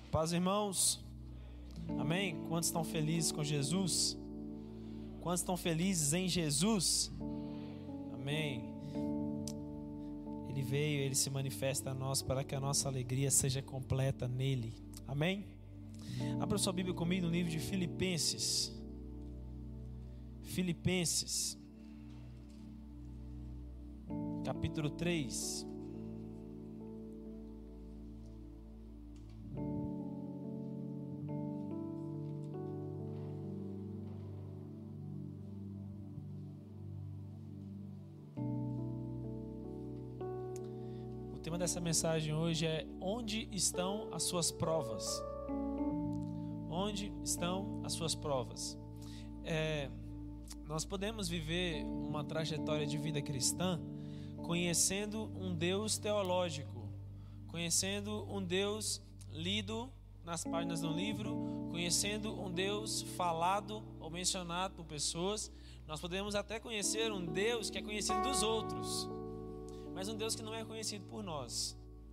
Paz, irmãos. Amém? Quantos estão felizes com Jesus? Quantos estão felizes em Jesus? Amém. Ele veio, Ele se manifesta a nós para que a nossa alegria seja completa nele. Amém? Abra sua Bíblia comigo no livro de Filipenses. Filipenses, capítulo 3. O tema dessa mensagem hoje é: onde estão as suas provas? Onde estão as suas provas? Nós podemos viver uma trajetória de vida cristã conhecendo um Deus teológico, conhecendo um Deus lido nas páginas do livro, conhecendo um Deus falado ou mencionado por pessoas. Nós podemos até conhecer um Deus que é conhecido dos outros, mas um Deus que não é conhecido por nós.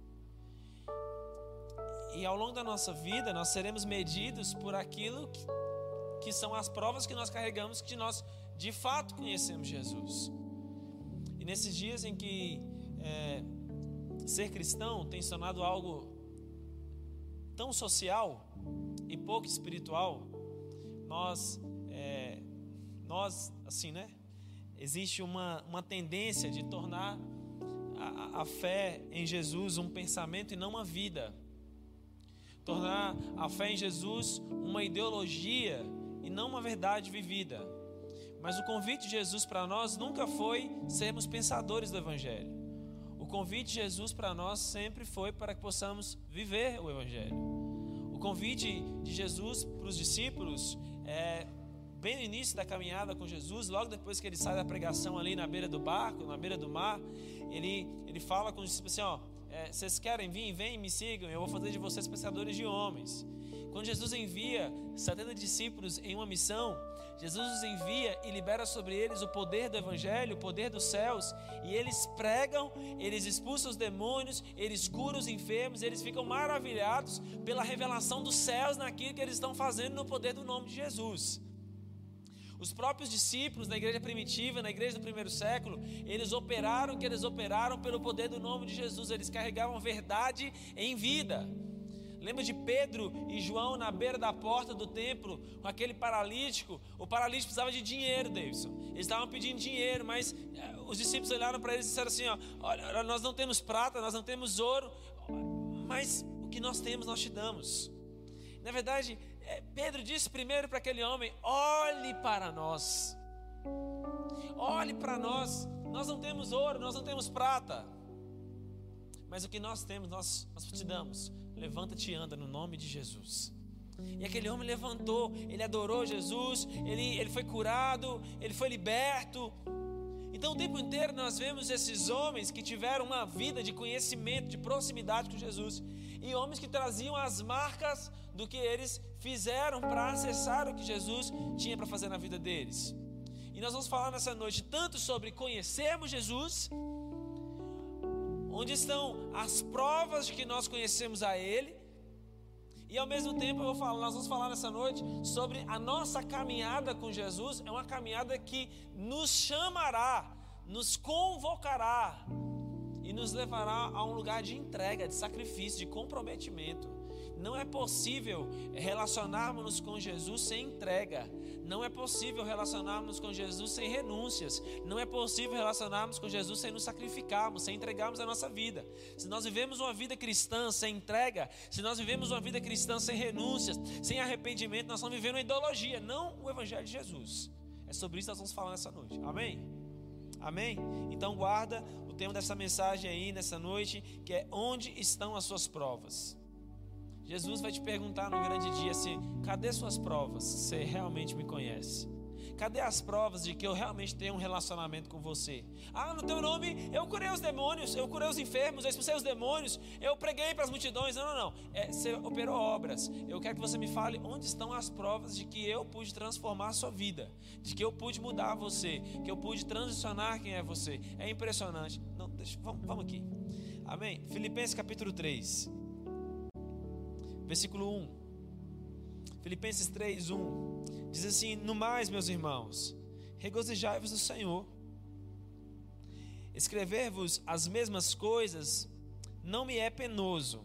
E ao longo da nossa vida nós seremos medidos por aquilo que são as provas que nós carregamos, que nós de fato conhecemos Jesus. E nesses dias em que ser cristão tem se tornado algo tão social e pouco espiritual, nós assim, né? Existe uma tendência de tornar a fé em Jesus um pensamento e não uma vida. Tornar a fé em Jesus uma ideologia e não uma verdade vivida. Mas o convite de Jesus para nós nunca foi sermos pensadores do Evangelho. O convite de Jesus para nós sempre foi para que possamos viver o Evangelho. O convite de Jesus para os discípulos bem no início da caminhada com Jesus, logo depois que ele sai da pregação ali na beira do barco, na beira do mar, ele fala com os discípulos assim, vocês querem vir? Vem, me sigam, eu vou fazer de vocês pensadores de homens. Quando Jesus envia 70 discípulos em uma missão, Jesus os envia e libera sobre eles o poder do Evangelho, o poder dos céus, e eles pregam, eles expulsam os demônios, eles curam os enfermos, eles ficam maravilhados pela revelação dos céus naquilo que eles estão fazendo no poder do nome de Jesus. Os próprios discípulos na igreja primitiva, na igreja do primeiro século, eles operaram o que eles operaram pelo poder do nome de Jesus. Eles carregavam verdade em vida. Lembra de Pedro e João na beira da porta do templo com aquele paralítico? O paralítico precisava de dinheiro, Davidson. Eles estavam pedindo dinheiro, mas os discípulos olharam para eles e disseram assim, olha, nós não temos prata, nós não temos ouro, mas o que nós temos nós te damos. Na verdade, Pedro disse primeiro para aquele homem: olhe para nós. Olhe para nós. Nós não temos ouro, nós não temos prata, mas o que nós temos, nós te damos. Levanta-te e anda no nome de Jesus. E aquele homem levantou, ele adorou Jesus, ele foi curado, ele foi liberto. Então o tempo inteiro nós vemos esses homens que tiveram uma vida de conhecimento, de proximidade com Jesus, e homens que traziam as marcas do que eles fizeram para acessar o que Jesus tinha para fazer na vida deles. E nós vamos falar nessa noite tanto sobre conhecermos Jesus, onde estão as provas de que nós conhecemos a Ele, e ao mesmo tempo nós vamos falar nessa noite sobre a nossa caminhada com Jesus. É uma caminhada que nos chamará, nos convocará e nos levará a um lugar de entrega, de sacrifício, de comprometimento. Não é possível relacionarmos-nos com Jesus sem entrega. Não é possível relacionarmos com Jesus sem renúncias. Não é possível relacionarmos com Jesus sem nos sacrificarmos, sem entregarmos a nossa vida. Se nós vivemos uma vida cristã sem entrega, se nós vivemos uma vida cristã sem renúncias, sem arrependimento, nós estamos vivendo uma ideologia, não o Evangelho de Jesus. É sobre isso que nós vamos falar nessa noite. Amém? Amém? Então guarda o tema dessa mensagem aí nessa noite, que é: onde estão as suas provas? Jesus vai te perguntar no grande dia assim: cadê suas provas? Você realmente me conhece? Cadê as provas de que eu realmente tenho um relacionamento com você? No teu nome eu curei os demônios, eu curei os enfermos, eu expulsei os demônios, eu preguei para as multidões. Não. Você operou obras. Eu quero que você me fale onde estão as provas de que eu pude transformar a sua vida, de que eu pude mudar você, que eu pude transicionar quem é você. É impressionante. Vamos aqui. Amém? Filipenses capítulo 3. versículo 1. Filipenses 3, 1. Diz assim: no mais, meus irmãos, regozijai-vos no Senhor. Escrever-vos as mesmas coisas não me é penoso,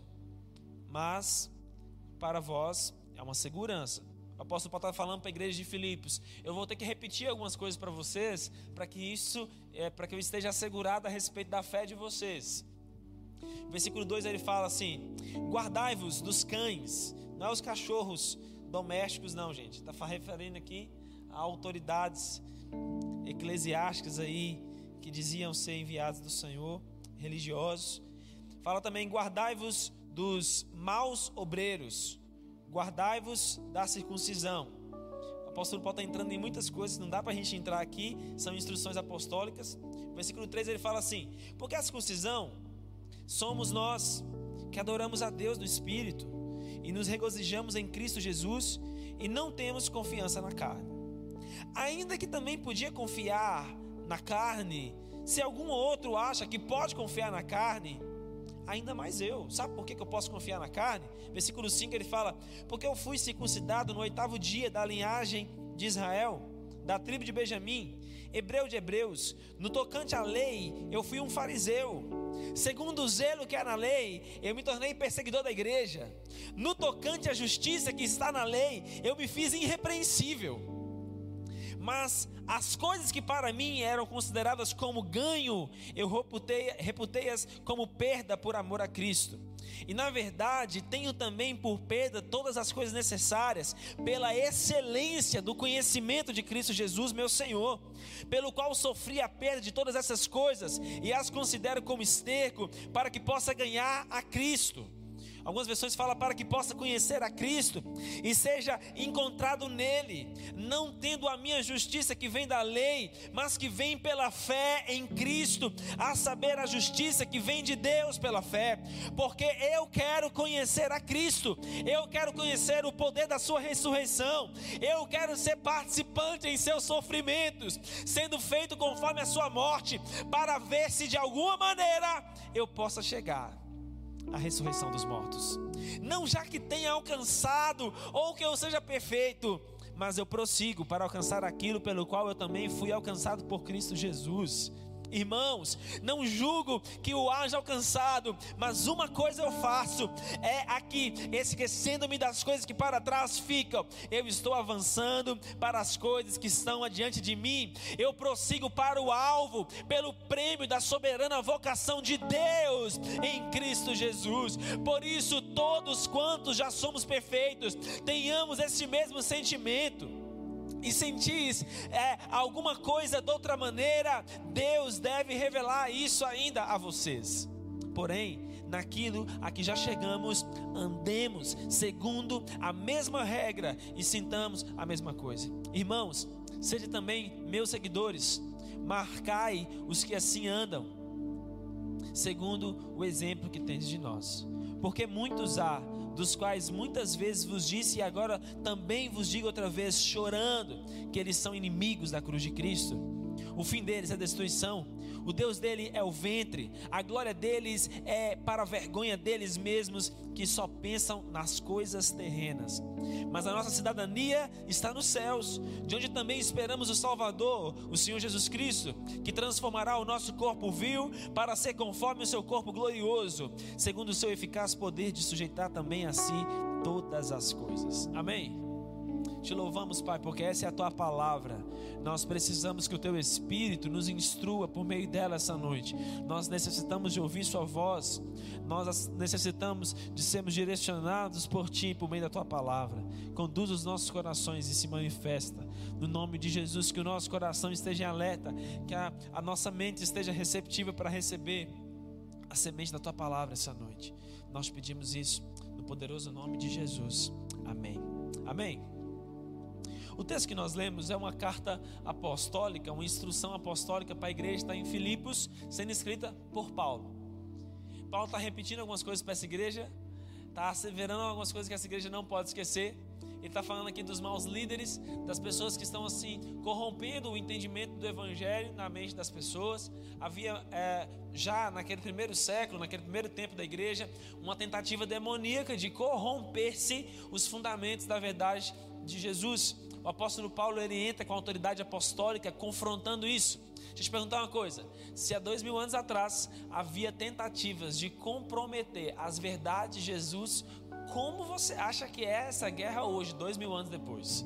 mas para vós é uma segurança. O apóstolo Paulo está falando para a igreja de Filipos: eu vou ter que repetir algumas coisas para vocês, para que eu esteja assegurado a respeito da fé de vocês. Versículo 2 ele fala assim: guardai-vos dos cães. Não é os cachorros domésticos não, gente. Está referindo aqui a autoridades eclesiásticas aí, que diziam ser enviados do Senhor, religiosos. Fala também: guardai-vos dos maus obreiros. Guardai-vos da circuncisão. O apóstolo Paulo está entrando em muitas coisas, não dá para a gente entrar aqui, são instruções apostólicas. Versículo 3 ele fala assim: porque a circuncisão somos nós que adoramos a Deus no Espírito e nos regozijamos em Cristo Jesus e não temos confiança na carne. Ainda que também podia confiar na carne, se algum outro acha que pode confiar na carne, ainda mais eu. Sabe por que eu posso confiar na carne? Versículo 5 ele fala: porque eu fui circuncidado no 8º dia da linhagem de Israel, da tribo de Benjamim, hebreu de hebreus. No tocante à lei, eu fui um fariseu. Segundo o zelo que há na lei, eu me tornei perseguidor da igreja. No tocante à justiça que está na lei, eu me fiz irrepreensível. Mas as coisas que para mim eram consideradas como ganho, eu reputei-as como perda por amor a Cristo. E na verdade tenho também por perda todas as coisas necessárias, pela excelência do conhecimento de Cristo Jesus meu Senhor, pelo qual sofri a perda de todas essas coisas e as considero como esterco, para que possa ganhar a Cristo. Algumas versões falam: para que possa conhecer a Cristo e seja encontrado nele, não tendo a minha justiça que vem da lei, mas que vem pela fé em Cristo, a saber, a justiça que vem de Deus pela fé. Porque eu quero conhecer a Cristo, eu quero conhecer o poder da sua ressurreição, eu quero ser participante em seus sofrimentos, sendo feito conforme a sua morte, para ver se de alguma maneira eu possa chegar a ressurreição dos mortos. Não já que tenha alcançado ou que eu seja perfeito, mas eu prossigo para alcançar aquilo pelo qual eu também fui alcançado por Cristo Jesus. Irmãos, não julgo que o haja alcançado, mas uma coisa eu faço, é aqui, esquecendo-me das coisas que para trás ficam, eu estou avançando para as coisas que estão adiante de mim. Eu prossigo para o alvo, pelo prêmio da soberana vocação de Deus em Cristo Jesus. Por isso, todos quantos já somos perfeitos, tenhamos esse mesmo sentimento. E sentis alguma coisa de outra maneira, Deus deve revelar isso ainda a vocês. Porém, naquilo a que já chegamos, andemos segundo a mesma regra e sintamos a mesma coisa. Irmãos, sede também meus seguidores, marcai os que assim andam, segundo o exemplo que tendes de nós. Porque muitos há, dos quais muitas vezes vos disse, e agora também vos digo outra vez, chorando, que eles são inimigos da cruz de Cristo. O fim deles é destruição, o Deus dele é o ventre, a glória deles é para a vergonha deles mesmos, que só pensam nas coisas terrenas. Mas a nossa cidadania está nos céus, de onde também esperamos o Salvador, o Senhor Jesus Cristo, que transformará o nosso corpo vil para ser conforme o seu corpo glorioso, segundo o seu eficaz poder de sujeitar também a si todas as coisas. Amém? Te louvamos, Pai, porque essa é a Tua palavra. Nós precisamos que o Teu Espírito nos instrua por meio dela essa noite. Nós necessitamos de ouvir Sua voz. Nós necessitamos de sermos direcionados por Ti por meio da Tua palavra. Conduz os nossos corações e se manifesta. No nome de Jesus, que o nosso coração esteja em alerta, que a nossa mente esteja receptiva para receber a semente da Tua palavra essa noite. Nós pedimos isso no poderoso nome de Jesus. Amém. Amém. O texto que nós lemos é uma carta apostólica, uma instrução apostólica para a igreja, está em Filipos, sendo escrita por Paulo. Paulo está repetindo algumas coisas para essa igreja, está asseverando algumas coisas que essa igreja não pode esquecer. Ele está falando aqui dos maus líderes, das pessoas que estão assim corrompendo o entendimento do evangelho na mente das pessoas. Havia já naquele primeiro século, naquele primeiro tempo da igreja, uma tentativa demoníaca de corromper-se os fundamentos da verdade de Jesus. O apóstolo Paulo, ele entra com a autoridade apostólica confrontando isso. Deixa eu te perguntar uma coisa: se há 2000 anos atrás havia tentativas de comprometer as verdades de Jesus, como você acha que é essa guerra hoje, 2000 anos depois?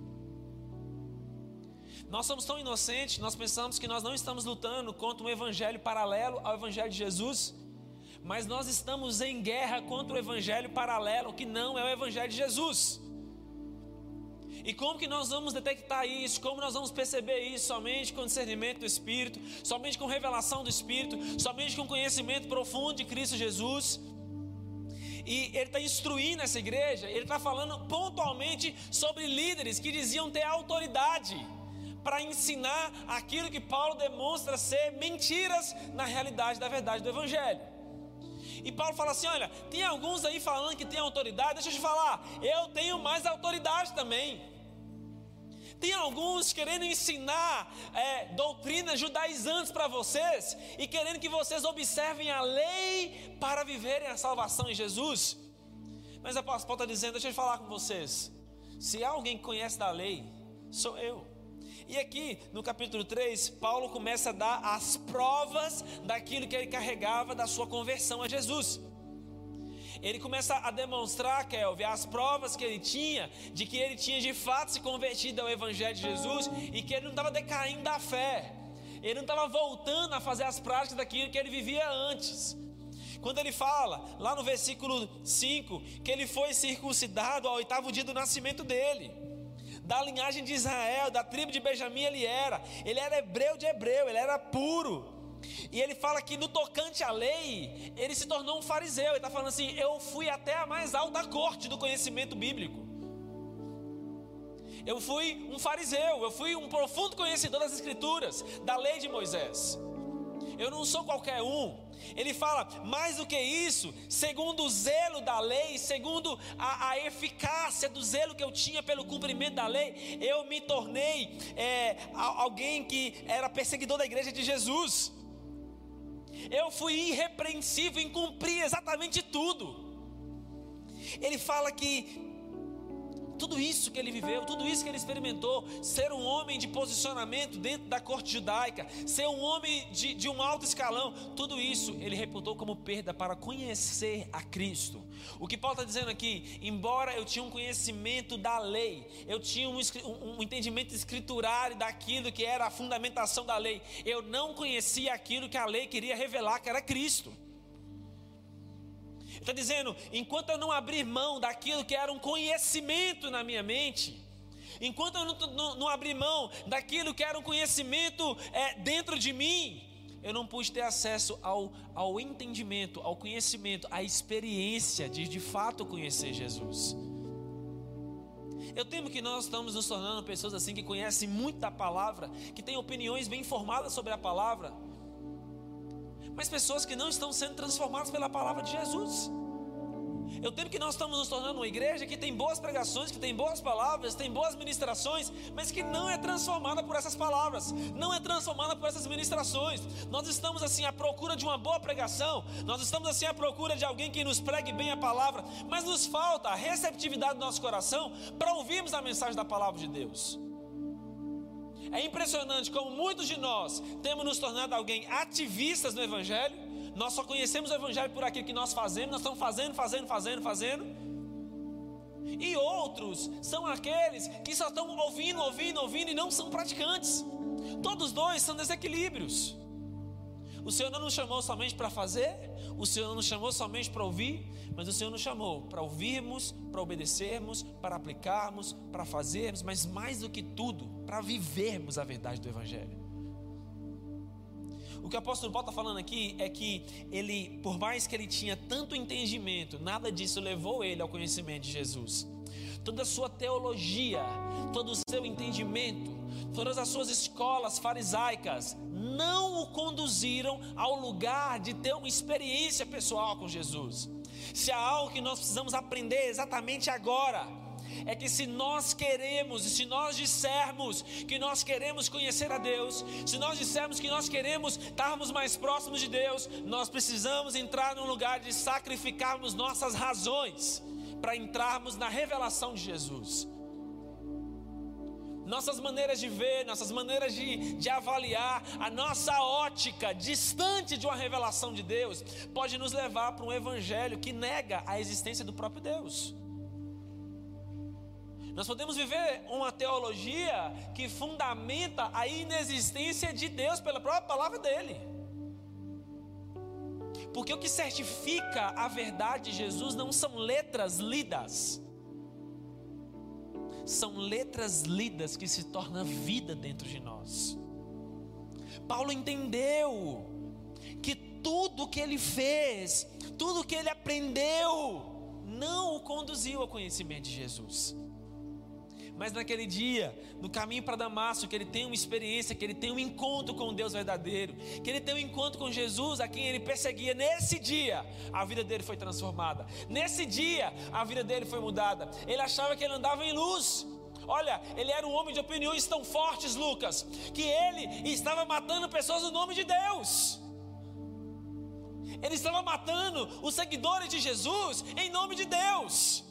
Nós somos tão inocentes, nós pensamos que nós não estamos lutando contra um evangelho paralelo ao evangelho de Jesus, mas nós estamos em guerra contra o evangelho paralelo, que não é o evangelho de Jesus. E como que nós vamos detectar isso? Como nós vamos perceber isso? Somente com discernimento do Espírito, somente com revelação do Espírito, somente com conhecimento profundo de Cristo Jesus. E ele está instruindo essa igreja, ele está falando pontualmente sobre líderes que diziam ter autoridade para ensinar aquilo que Paulo demonstra ser mentiras na realidade da verdade do Evangelho. E Paulo fala assim: olha, tem alguns aí falando que tem autoridade, deixa eu te falar, eu tenho mais autoridade também. Tem alguns querendo ensinar doutrinas judaizantes para vocês e querendo que vocês observem a lei para viverem a salvação em Jesus. Mas o apóstolo Paulo está dizendo: deixa eu falar com vocês, se há alguém que conhece da lei, sou eu. E aqui no capítulo 3, Paulo começa a dar as provas daquilo que ele carregava da sua conversão a Jesus. Ele começa a demonstrar, Kelvin, as provas que ele tinha, de que ele tinha de fato se convertido ao Evangelho de Jesus e que ele não estava decaindo da fé, ele não estava voltando a fazer as práticas daquilo que ele vivia antes. Quando ele fala, lá no versículo 5, que ele foi circuncidado ao 8º dia do nascimento dele, da linhagem de Israel, da tribo de Benjamim ele era hebreu de hebreu, ele era puro. E ele fala que no tocante à lei, ele se tornou um fariseu. Ele está falando assim: eu fui até a mais alta corte do conhecimento bíblico. Eu fui um fariseu, eu fui um profundo conhecedor das escrituras, da lei de Moisés. Eu não sou qualquer um. Ele fala, mais do que isso, segundo o zelo da lei, segundo a eficácia do zelo que eu tinha pelo cumprimento da lei, eu me tornei alguém que era perseguidor da igreja de Jesus. Eu fui irrepreensível em cumprir exatamente tudo. Ele fala que tudo isso que ele viveu, tudo isso que ele experimentou, ser um homem de posicionamento dentro da corte judaica, ser um homem de um alto escalão, tudo isso ele reputou como perda para conhecer a Cristo. O que Paulo está dizendo aqui: embora eu tinha um conhecimento da lei, eu tinha um entendimento escriturário daquilo que era a fundamentação da lei, eu não conhecia aquilo que a lei queria revelar, que era Cristo. Está dizendo, enquanto eu não abrir mão daquilo que era um conhecimento na minha mente, enquanto eu não abrir mão daquilo que era um conhecimento dentro de mim, eu não pude ter acesso ao entendimento, ao conhecimento, à experiência de fato conhecer Jesus. Eu temo que nós estamos nos tornando pessoas assim que conhecem muito da palavra, que têm opiniões bem formadas sobre a palavra, mas pessoas que não estão sendo transformadas pela palavra de Jesus. Eu temo que nós estamos nos tornando uma igreja que tem boas pregações, que tem boas palavras, tem boas ministrações, mas que não é transformada por essas palavras, não é transformada por essas ministrações. Nós estamos assim à procura de uma boa pregação, nós estamos assim à procura de alguém que nos pregue bem a palavra, mas nos falta a receptividade do nosso coração para ouvirmos a mensagem da palavra de Deus. É impressionante como muitos de nós temos nos tornado alguém ativistas no Evangelho. Nós só conhecemos o Evangelho por aquilo que nós fazemos. Nós estamos fazendo. E outros são aqueles que só estão ouvindo e não são praticantes. Todos dois são desequilíbrios. O Senhor não nos chamou somente para fazer, o Senhor não nos chamou somente para ouvir, mas o Senhor nos chamou para ouvirmos, para obedecermos, para aplicarmos, para fazermos, mas mais do que tudo, para vivermos a verdade do Evangelho. O que o apóstolo Paulo está falando aqui é que ele, por mais que ele tinha tanto entendimento, nada disso levou ele ao conhecimento de Jesus. Toda a sua teologia, todo o seu entendimento, todas as suas escolas farisaicas não o conduziram ao lugar de ter uma experiência pessoal com Jesus. Se há algo que nós precisamos aprender exatamente agora, é que se nós queremos, e se nós dissermos que nós queremos conhecer a Deus, se nós dissermos que nós queremos estarmos mais próximos de Deus, nós precisamos entrar num lugar de sacrificarmos nossas razões para entrarmos na revelação de Jesus. Nossas maneiras de ver, nossas maneiras de avaliar, a nossa ótica distante de uma revelação de Deus pode nos levar para um evangelho que nega a existência do próprio Deus. Nós podemos viver uma teologia que fundamenta a inexistência de Deus pela própria palavra dele. Porque o que certifica a verdade de Jesus não são letras lidas, são letras lidas que se tornam vida dentro de nós. Paulo entendeu que tudo que ele fez, tudo que ele aprendeu, não o conduziu ao conhecimento de Jesus. Mas naquele dia, no caminho para Damasco, que ele tem uma experiência, que ele tem um encontro com o Deus verdadeiro, que ele tem um encontro com Jesus, a quem ele perseguia. Nesse dia, a vida dele foi transformada. Nesse dia, a vida dele foi mudada. Ele achava que ele andava em luz. Olha, ele era um homem de opiniões tão fortes, Lucas, que ele estava matando pessoas no nome de Deus. Ele estava matando os seguidores de Jesus em nome de Deus.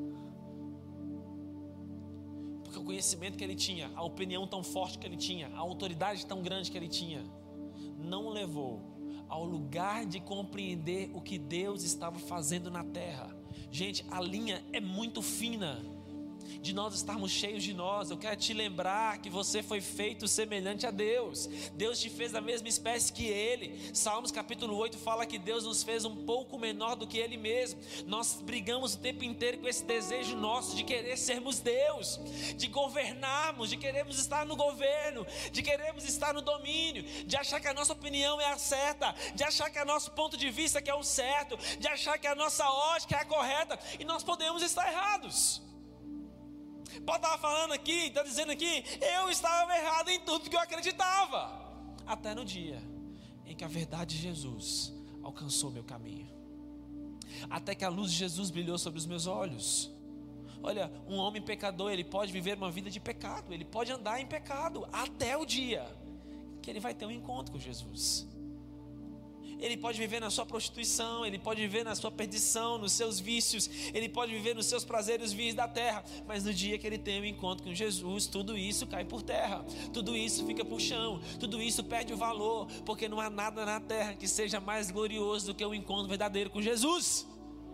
O conhecimento que ele tinha, a opinião tão forte que ele tinha, a autoridade tão grande que ele tinha, não o levou ao lugar de compreender o que Deus estava fazendo na terra. Gente, a linha é muito fina de nós estarmos cheios de nós. Eu quero te lembrar que você foi feito semelhante a Deus. Deus te fez da mesma espécie que Ele. Salmos capítulo 8 fala que Deus nos fez um pouco menor do que Ele mesmo. Nós brigamos o tempo inteiro com esse desejo nosso de querer sermos Deus, de governarmos, de queremos estar no governo, de queremos estar no domínio, de achar que a nossa opinião é a certa, de achar que o nosso ponto de vista que é o certo, de achar que a nossa ótica é a correta, e nós podemos estar errados. Paulo estava falando aqui, está dizendo aqui, eu estava errado em tudo que eu acreditava, até no dia em que a verdade de Jesus alcançou meu caminho, até que a luz de Jesus brilhou sobre os meus olhos. Olha, um homem pecador, ele pode viver uma vida de pecado, ele pode andar em pecado, até o dia que ele vai ter um encontro com Jesus. Ele pode viver na sua prostituição, ele pode viver na sua perdição, nos seus vícios, ele pode viver nos seus prazeresvis da terra, mas no dia que ele tem um encontro com Jesus, tudo isso cai por terra, tudo isso fica por chão, tudo isso perde o valor, porque não há nada na terra que seja mais glorioso do que o encontro verdadeiro com Jesus.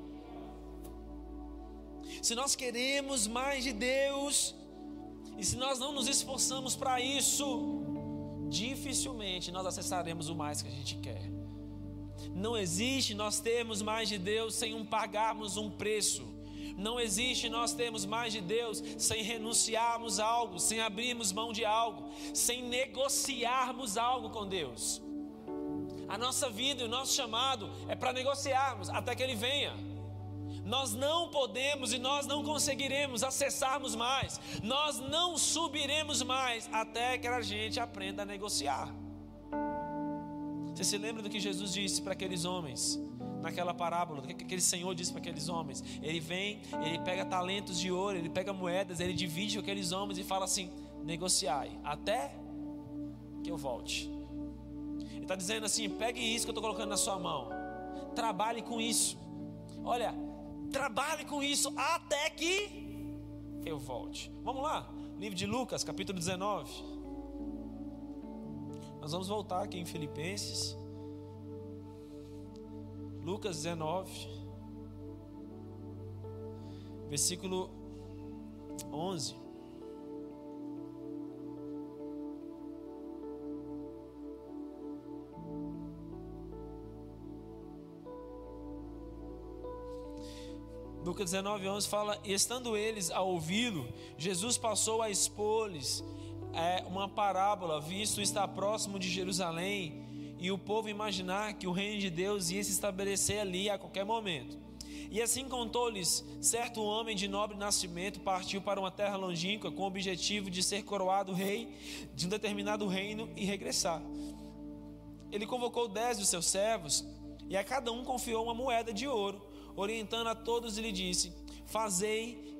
Se nós queremos mais de Deus, e se nós não nos esforçamos para isso, dificilmente nós acessaremos o mais que a gente quer. Não existe nós termos mais de Deus sem pagarmos um preço. Não existe nós termos mais de Deus sem renunciarmos a algo, sem abrirmos mão de algo, sem negociarmos algo com Deus. A nossa vida e o nosso chamado é para negociarmos até que Ele venha. Nós não podemos e nós não conseguiremos acessarmos mais, nós não subiremos mais até que a gente aprenda a negociar. Você se lembra do que Jesus disse para aqueles homens, naquela parábola, do que aquele Senhor disse para aqueles homens? Ele vem, ele pega talentos de ouro, ele pega moedas, ele divide com aqueles homens e fala assim: negociai, até que eu volte. Ele está dizendo assim: pegue isso que eu estou colocando na sua mão, trabalhe com isso, olha, trabalhe com isso até que eu volte. Vamos lá, livro de Lucas, capítulo 19. Nós vamos voltar aqui em Filipenses, Lucas 19, versículo 11. Lucas 19, 11 fala: e estando eles a ouvi-lo, Jesus passou a expor-lhes uma parábola, visto estar próximo de Jerusalém, e o povo imaginar que o reino de Deus ia se estabelecer ali a qualquer momento. E assim contou-lhes: certo homem de nobre nascimento partiu para uma terra longínqua com o objetivo de ser coroado rei de um determinado reino e regressar. Ele convocou 10 dos seus servos e a cada um confiou uma moeda de ouro, orientando a todos e lhe disse: fazei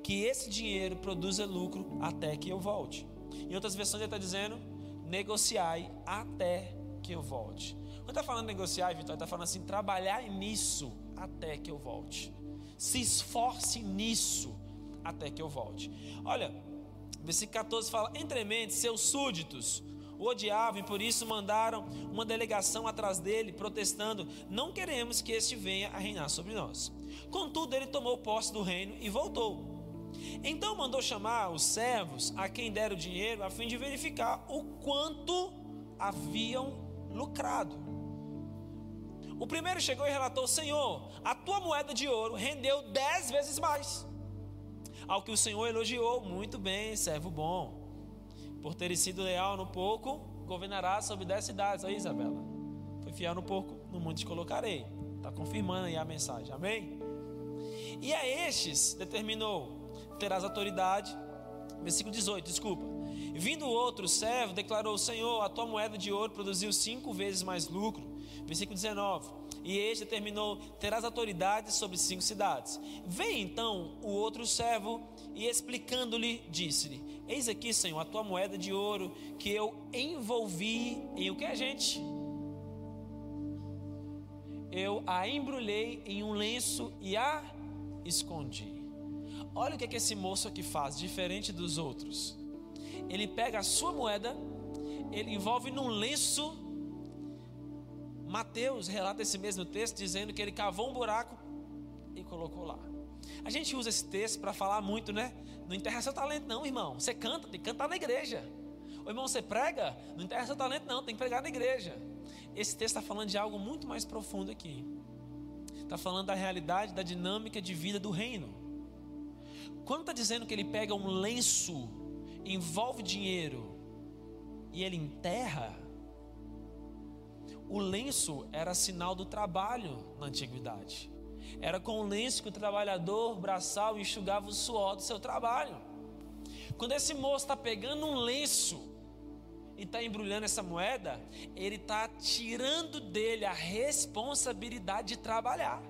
que esse dinheiro produza lucro até que eu volte. Em outras versões ele está dizendo, negociai até que eu volte. Quando está falando negociar, Vitor, está falando assim, trabalhar nisso até que eu volte. Se esforce nisso até que eu volte. Olha, versículo 14 fala, entremente seus súditos o odiavam e por isso mandaram uma delegação atrás dele, protestando, não queremos que este venha a reinar sobre nós. Contudo, ele tomou posse do reino e voltou. Então mandou chamar os servos a quem deram o dinheiro, a fim de verificar o quanto haviam lucrado. O primeiro chegou e relatou, Senhor, a tua moeda de ouro rendeu 10 vezes mais. Ao que o Senhor elogiou, muito bem, servo bom. Por ter sido leal no pouco, governará sobre 10 cidades. Aí, Isabela, foi fiel no pouco, no muito te colocarei. Está confirmando aí a mensagem, amém? E a estes determinou, terás autoridade, versículo 18, desculpa. Vindo o outro servo, declarou, Senhor, a tua moeda de ouro produziu 5 vezes mais lucro. Versículo 19, e este determinou, terás autoridade sobre 5 cidades. Veio então o outro servo e explicando-lhe, disse-lhe, eis aqui, Senhor, a tua moeda de ouro que eu envolvi em o que, gente? Eu a embrulhei em um lenço e a escondi. Olha o que esse moço aqui faz, diferente dos outros. Ele pega a sua moeda, ele envolve num lenço. Mateus relata esse mesmo texto dizendo que ele cavou um buraco e colocou lá. A gente usa esse texto para falar muito, né? Não enterra seu talento não, irmão. Você canta, tem que cantar na igreja. Ou irmão, você prega, não enterra seu talento não, tem que pregar na igreja. Esse texto está falando de algo muito mais profundo aqui. Está falando da realidade, da dinâmica de vida do reino. Quando está dizendo que ele pega um lenço, envolve dinheiro e ele enterra, o lenço era sinal do trabalho na antiguidade. Era com o lenço que o trabalhador braçal enxugava o suor do seu trabalho. Quando esse moço está pegando um lenço e está embrulhando essa moeda, ele está tirando dele a responsabilidade de trabalhar.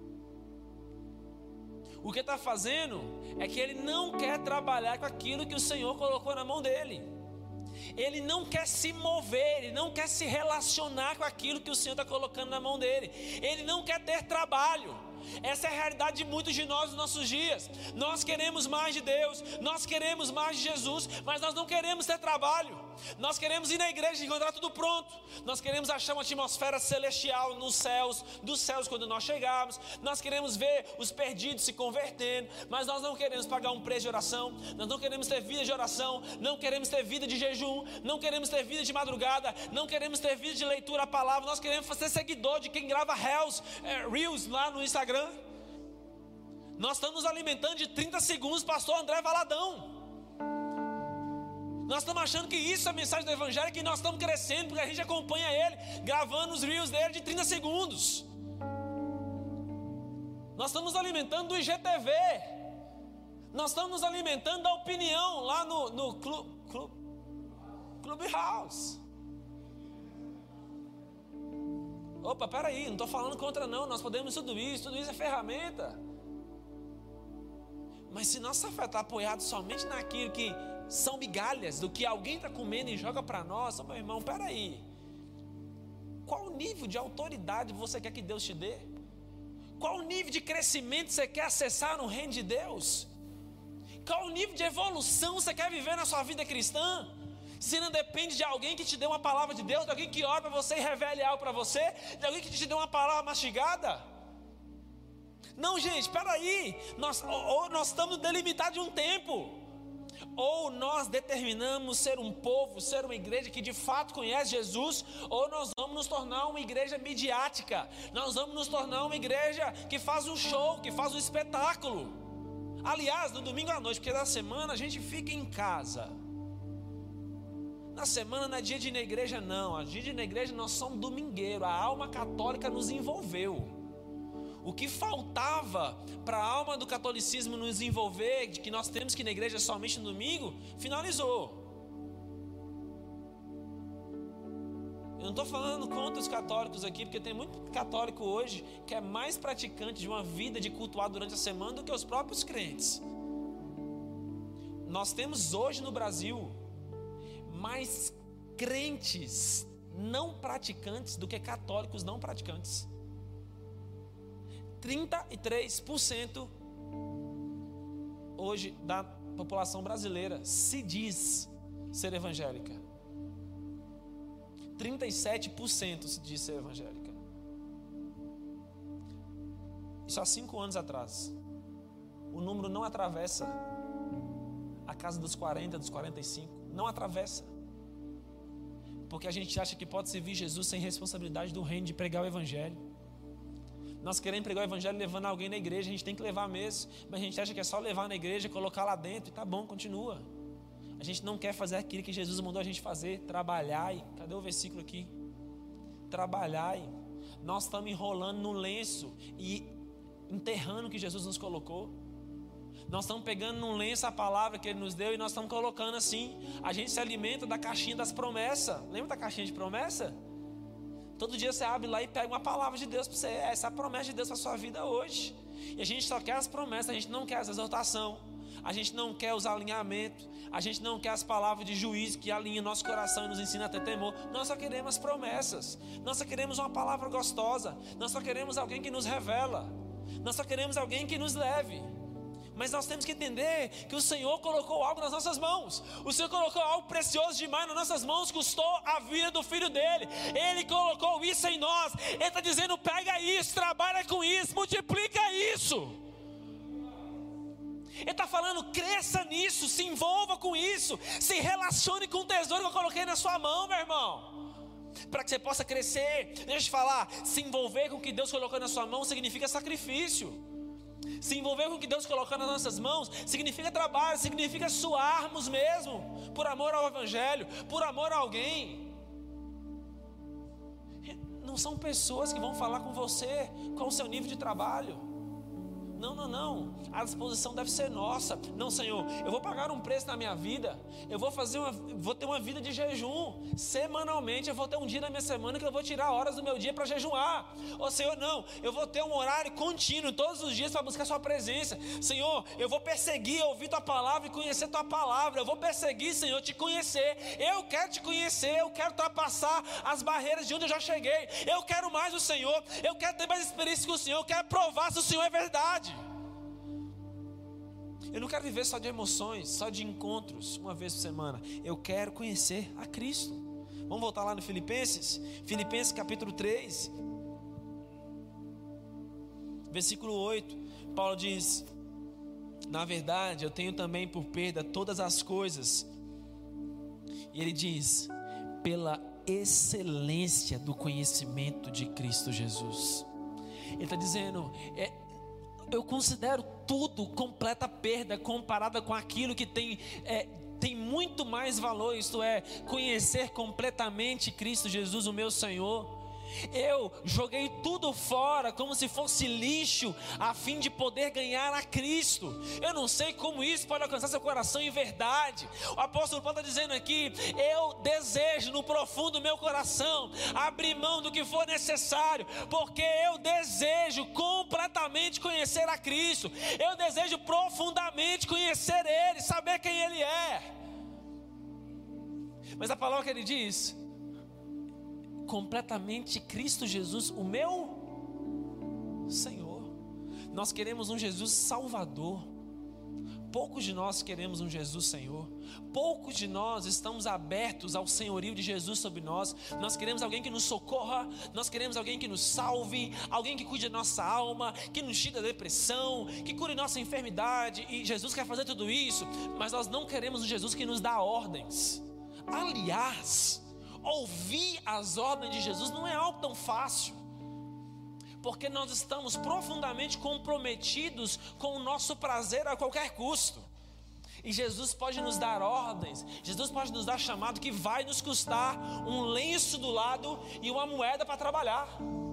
O que está fazendo é que ele não quer trabalhar com aquilo que o Senhor colocou na mão dele. Ele não quer se mover, ele não quer se relacionar com aquilo que o Senhor está colocando na mão dele. Ele não quer ter trabalho. Essa é a realidade de muitos de nós nos nossos dias. Nós queremos mais de Deus, nós queremos mais de Jesus, mas nós não queremos ter trabalho. Nós queremos ir na igreja e encontrar tudo pronto. Nós queremos achar uma atmosfera celestial nos céus, dos céus quando nós chegarmos. Nós queremos ver os perdidos se convertendo, mas nós não queremos pagar um preço de oração. Nós não queremos ter vida de oração, não queremos ter vida de jejum, não queremos ter vida de madrugada, não queremos ter vida de leitura à palavra. Nós queremos ser seguidor de quem grava Reels lá no Instagram. Nós estamos nos alimentando de 30 segundos, pastor André Valadão. Nós estamos achando que isso é a mensagem do evangelho, que nós estamos crescendo, porque a gente acompanha ele, gravando os reels dele de 30 segundos. Nós estamos nos alimentando do IGTV. Nós estamos nos alimentando da opinião lá no Clubhouse. Opa, peraí, não estou falando contra não, nós podemos tudo isso é ferramenta. Mas se nossa fé está apoiada somente naquilo que são migalhas, do que alguém está comendo e joga para nós, meu irmão, peraí. Qual o nível de autoridade você quer que Deus te dê? Qual o nível de crescimento você quer acessar no reino de Deus? Qual o nível de evolução você quer viver na sua vida cristã? Se não depende de alguém que te dê uma palavra de Deus, de alguém que ora para você e revele algo para você, de alguém que te dê uma palavra mastigada. Não, gente, espera aí. Nós estamos delimitados de um tempo. Ou nós determinamos ser um povo, ser uma igreja que de fato conhece Jesus, ou nós vamos nos tornar uma igreja midiática. Nós vamos nos tornar uma igreja que faz um show, que faz um espetáculo. Aliás, no domingo à noite, porque na semana a gente fica em casa. Na semana não é dia de ir na igreja não. A dia de ir na igreja nós somos domingueiro. A alma católica nos envolveu. O que faltava para a alma do catolicismo nos envolver, de que nós temos que ir na igreja somente no domingo, finalizou. Eu não estou falando contra os católicos aqui, porque tem muito católico hoje que é mais praticante de uma vida de cultuar durante a semana do que os próprios crentes. nós temos hoje no Brasil mais crentes não praticantes do que católicos não praticantes. 33% hoje da população brasileira se diz ser evangélica. 37% se diz ser evangélica. Isso há 5 anos atrás. O número não atravessa a casa dos 40, dos 45. Não atravessa. Porque a gente acha que pode servir Jesus sem responsabilidade do reino de pregar o evangelho. Nós queremos pregar o evangelho levando alguém na igreja, a gente tem que levar mesmo, mas a gente acha que é só levar na igreja, colocar lá dentro e tá bom, continua. A gente não quer fazer aquilo que Jesus mandou a gente fazer, trabalhai. Cadê o versículo aqui? Trabalhai. Nós estamos enrolando no lenço e enterrando o que Jesus nos colocou. Nós estamos pegando num lenço a palavra que Ele nos deu e nós estamos colocando assim. A gente se alimenta da caixinha das promessas. Lembra da caixinha de promessa? Todo dia você abre lá e pega uma palavra de Deus para você. Essa é a promessa de Deus para a sua vida hoje. E a gente só quer as promessas, a gente não quer as exortações. A gente não quer os alinhamentos. A gente não quer as palavras de juízo que alinham nosso coração e nos ensina a ter temor. Nós só queremos as promessas. Nós só queremos uma palavra gostosa. Nós só queremos alguém que nos revela. Nós só queremos alguém que nos leve. Mas nós temos que entender que o Senhor colocou algo nas nossas mãos. O Senhor colocou algo precioso demais nas nossas mãos. Custou a vida do Filho dele. Ele colocou isso em nós. Ele está dizendo, pega isso, trabalha com isso, multiplica isso. Ele está falando, cresça nisso, se envolva com isso, se relacione com o tesouro que eu coloquei na sua mão, meu irmão. Para que você possa crescer. Deixa eu te falar, se envolver com o que Deus colocou na sua mão significa sacrifício. Se envolver com o que Deus colocou nas nossas mãos significa trabalho, significa suarmos mesmo, por amor ao evangelho, por amor a alguém. Não são pessoas que vão falar com você qual o seu nível de trabalho. Não, a disposição deve ser nossa. Não, Senhor, eu vou pagar um preço na minha vida. Eu vou ter uma vida de jejum. Semanalmente eu vou ter um dia na minha semana que eu vou tirar horas do meu dia para jejuar. Ô Senhor, não, eu vou ter um horário contínuo todos os dias para buscar sua presença. Senhor, eu vou perseguir, ouvir tua palavra e conhecer tua palavra. Eu vou perseguir, Senhor, te conhecer. Eu quero te conhecer, eu quero ultrapassar as barreiras de onde eu já cheguei. Eu quero mais o Senhor, eu quero ter mais experiência com o Senhor, eu quero provar se o Senhor é verdade. Eu não quero viver só de emoções, só de encontros uma vez por semana. Eu quero conhecer a Cristo. Vamos voltar lá no Filipenses? Filipenses capítulo 3, versículo 8. Paulo diz, na verdade eu tenho também por perda todas as coisas. E ele diz, pela excelência do conhecimento de Cristo Jesus. Ele está dizendo, eu considero tudo completa perda comparada com aquilo que tem muito mais valor, isto é, conhecer completamente Cristo Jesus, o meu Senhor. Eu joguei tudo fora como se fosse lixo a fim de poder ganhar a Cristo. Eu não sei como isso pode alcançar seu coração em verdade. O apóstolo Paulo está dizendo aqui, eu desejo no profundo do meu coração abrir mão do que for necessário, porque eu desejo completamente conhecer a Cristo. Eu desejo profundamente conhecer Ele, saber quem Ele é. Mas a palavra que ele diz, completamente Cristo Jesus, o meu Senhor. Nós queremos um Jesus Salvador. Poucos de nós queremos um Jesus Senhor. Poucos de nós estamos abertos ao senhorio de Jesus sobre nós. Nós queremos alguém que nos socorra. Nós queremos alguém que nos salve. Alguém que cuide da nossa alma, que nos tire da depressão, que cure nossa enfermidade. E Jesus quer fazer tudo isso. Mas nós não queremos um Jesus que nos dá ordens. Aliás, ouvir as ordens de Jesus não é algo tão fácil, porque nós estamos profundamente comprometidos com o nosso prazer a qualquer custo. E Jesus pode nos dar ordens, Jesus pode nos dar chamado que vai nos custar um lenço do lado e uma moeda para trabalhar.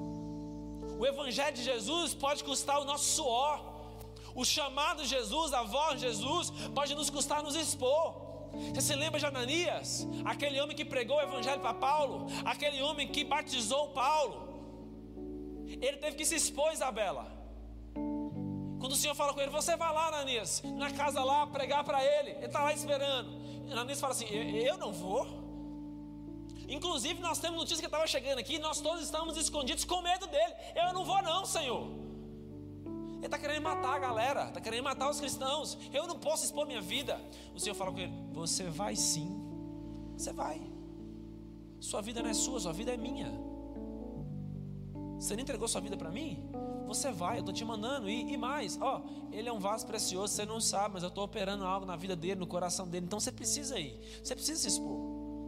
O evangelho de Jesus pode custar o nosso suor. O chamado de Jesus, a voz de Jesus pode nos custar nos expor. Você se lembra de Ananias? Aquele homem que pregou o evangelho para Paulo, aquele homem que batizou Paulo. Ele teve que se expor, Isabela. Quando o Senhor fala com ele, você vai lá, Ananias, na casa lá, pregar para ele. Ele está lá esperando. E Ananias fala assim, eu não vou. Inclusive nós temos notícia que estava chegando aqui, nós todos estamos escondidos com medo dele. Eu não vou não, Senhor. Ele está querendo matar a galera, está querendo matar os cristãos. Eu não posso expor minha vida. O Senhor fala com ele, você vai sim. Você vai. Sua vida não é sua, sua vida é minha. Você não entregou sua vida para mim? Você vai, eu estou te mandando. E mais, ele é um vaso precioso, você não sabe, mas eu estou operando algo na vida dele, no coração dele. Então você precisa ir, você precisa se expor.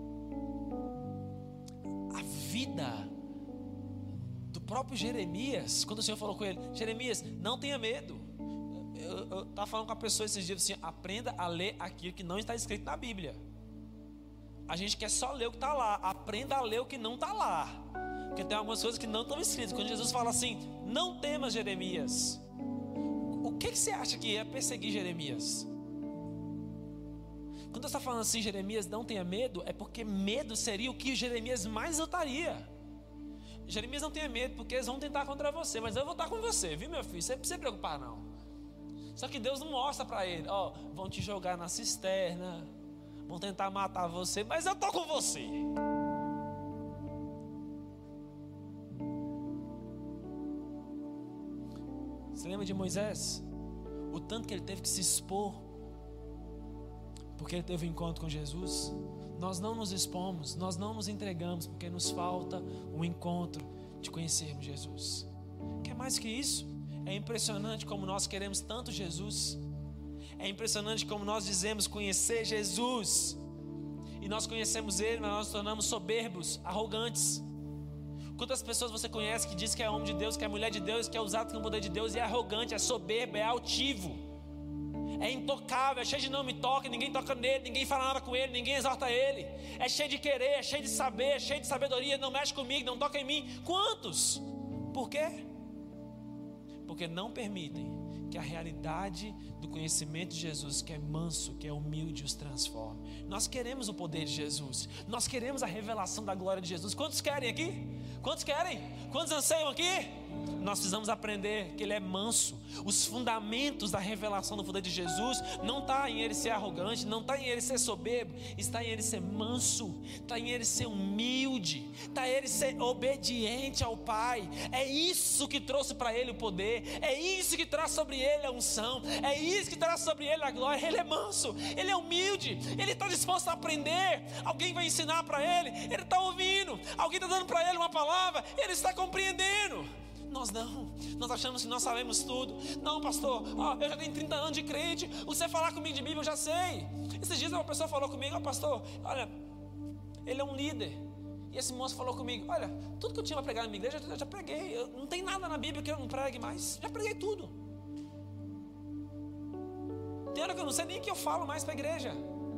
A vida do próprio Jeremias, quando o Senhor falou com ele, Jeremias, não tenha medo. Eu estava falando com a pessoa esses dias assim, aprenda a ler aquilo que não está escrito na Bíblia. A gente quer só ler o que está lá, aprenda a ler o que não está lá. Porque tem algumas coisas que não estão escritas. Quando Jesus fala assim, não temas Jeremias, o que você acha que é perseguir Jeremias? Quando você está falando assim, Jeremias, não tenha medo, é porque medo seria o que Jeremias mais lutaria. Jeremias, não tenha medo, porque eles vão tentar contra você, mas eu vou estar com você, viu, meu filho? Você não precisa se preocupar, não. Só que Deus não mostra para ele, vão te jogar na cisterna, vão tentar matar você, mas eu estou com você. Você lembra de Moisés? O tanto que ele teve que se expor, porque ele teve um encontro com Jesus. Nós não nos expomos, nós não nos entregamos, porque nos falta um encontro de conhecermos Jesus. Quer mais que isso? É impressionante como nós queremos tanto Jesus. É impressionante como nós dizemos conhecer Jesus. E nós conhecemos Ele, mas nós nos tornamos soberbos, arrogantes. Quantas pessoas você conhece que diz que é homem de Deus, que é mulher de Deus, que é usado com o poder de Deus e é arrogante, é soberbo, é altivo, é intocável, é cheio de não me toca, ninguém toca nele, ninguém fala nada com ele, ninguém exalta ele, é cheio de querer, é cheio de saber, é cheio de sabedoria, não mexe comigo, não toca em mim. Quantos? Por quê? Porque não permitem que a realidade do conhecimento de Jesus, que é manso, que é humilde, os transforme. Nós queremos o poder de Jesus, nós queremos a revelação da glória de Jesus. Quantos querem aqui? Quantos querem? Quantos anseiam aqui? Nós precisamos aprender que Ele é manso. Os fundamentos da revelação do poder de Jesus não está em Ele ser arrogante, não está em Ele ser soberbo, está em Ele ser manso, está em Ele ser humilde, está em Ele ser obediente ao Pai. É isso que trouxe para Ele o poder, é isso que traz sobre Ele a unção, é isso que traz sobre Ele a glória. Ele é manso, Ele é humilde, Ele está disposto a aprender. Alguém vai ensinar para Ele, Ele está ouvindo. Alguém está dando para Ele uma palavra, Ele está compreendendo. Nós não, nós achamos que nós sabemos tudo. Não, pastor, eu já tenho 30 anos de crente, você falar comigo de Bíblia eu já sei. Esses dias uma pessoa falou comigo, pastor, olha, ele é um líder. E esse moço falou comigo, olha, tudo que eu tinha para pregar na minha igreja eu já preguei. Não tem nada na Bíblia que eu não pregue mais, já preguei tudo. Tem hora que eu não sei nem o que eu falo mais para a igreja.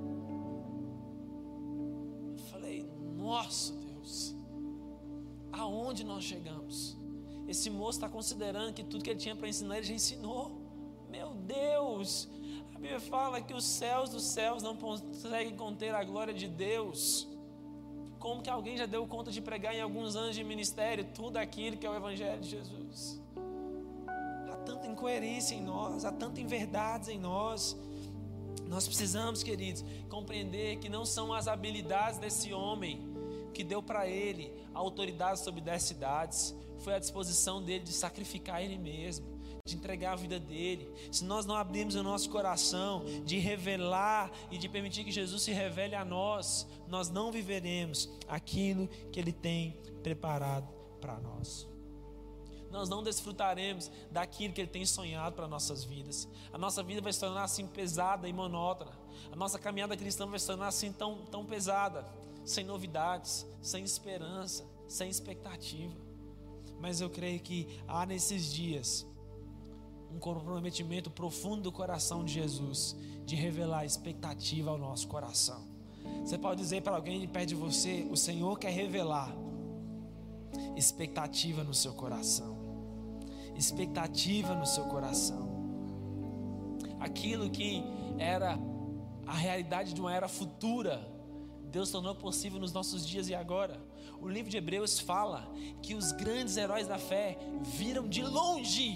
Eu falei, nossa Deus, aonde nós chegamos? Esse moço está considerando que tudo que ele tinha para ensinar, ele já ensinou. Meu Deus, a Bíblia fala que os céus dos céus não conseguem conter a glória de Deus. Como que alguém já deu conta de pregar em alguns anos de ministério tudo aquilo que é o Evangelho de Jesus? Há tanta incoerência em nós, há tanta inverdades em nós. Nós precisamos, queridos, compreender que não são as habilidades desse homem que deu para ele a autoridade sobre 10 cidades. Foi a disposição dele de sacrificar ele mesmo, de entregar a vida dele. Se nós não abrirmos o nosso coração, de revelar e de permitir que Jesus se revele a nós, nós não viveremos aquilo que Ele tem preparado para nós. Nós não desfrutaremos daquilo que Ele tem sonhado para nossas vidas. A nossa vida vai se tornar assim pesada e monótona. A nossa caminhada cristã vai se tornar assim tão pesada, sem novidades, sem esperança, sem expectativa. Mas eu creio que há nesses dias um comprometimento profundo do coração de Jesus, de revelar expectativa ao nosso coração. Você pode dizer para alguém de perto de você, o Senhor quer revelar expectativa no seu coração. Expectativa no seu coração. Aquilo que era a realidade de uma era futura, Deus tornou possível nos nossos dias e agora. O livro de Hebreus fala que os grandes heróis da fé viram de longe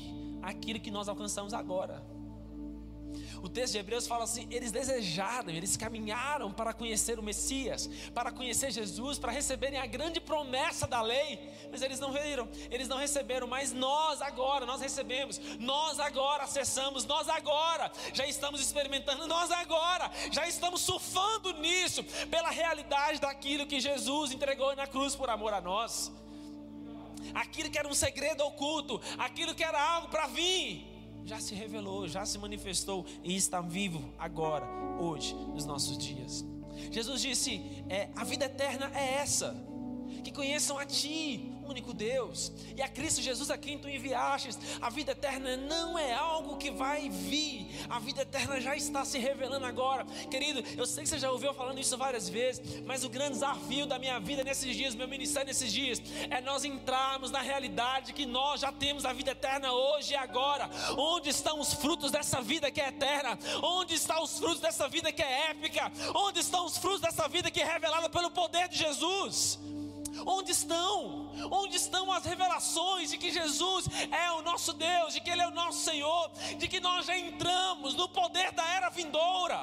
aquilo que nós alcançamos agora. O texto de Hebreus fala assim: eles desejaram, eles caminharam para conhecer o Messias, para conhecer Jesus, para receberem a grande promessa da lei, mas eles não viram, eles não receberam. Mas nós agora, nós recebemos, nós agora acessamos, nós agora já estamos experimentando, nós agora já estamos surfando nisso, pela realidade daquilo que Jesus entregou na cruz por amor a nós. Aquilo que era um segredo oculto, aquilo que era algo para vir, já se revelou, já se manifestou e está vivo agora, hoje, nos nossos dias. Jesus disse: a vida eterna é essa, que conheçam a Ti, o único Deus, e a Cristo Jesus a quem Tu enviastes. A vida eterna não é algo que vai vir, a vida eterna já está se revelando agora. Querido, eu sei que você já ouviu falando isso várias vezes, mas o grande desafio da minha vida nesses dias, meu ministério nesses dias, é nós entrarmos na realidade que nós já temos a vida eterna hoje e agora. Onde estão os frutos dessa vida que é eterna? Onde estão os frutos dessa vida que é épica? Onde estão os frutos dessa vida que é revelada pelo poder de Jesus? Onde estão? Onde estão as revelações de que Jesus é o nosso Deus, de que Ele é o nosso Senhor, de que nós já entramos no poder da era vindoura?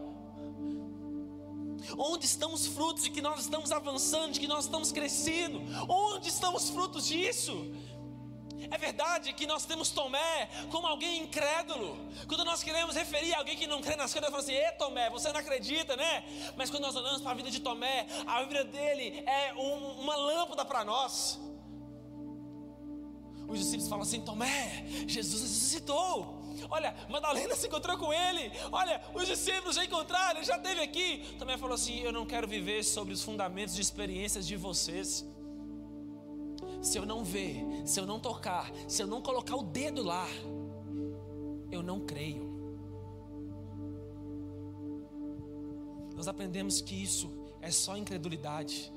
Onde estão os frutos de que nós estamos avançando, de que nós estamos crescendo? Onde estão os frutos disso? É verdade que nós temos Tomé como alguém incrédulo. Quando nós queremos referir a alguém que não crê nas coisas, nós falamos assim: Tomé, você não acredita, né? Mas quando nós olhamos para a vida de Tomé, a vida dele é uma lâmpada para nós. Os discípulos falam assim: Tomé, Jesus ressuscitou. Olha, Madalena se encontrou com ele. Olha, os discípulos já encontraram, ele já esteve aqui. Tomé falou assim: eu não quero viver sobre os fundamentos de experiências de vocês. Se eu não ver, se eu não tocar, se eu não colocar o dedo lá, eu não creio. Nós aprendemos que isso é só incredulidade.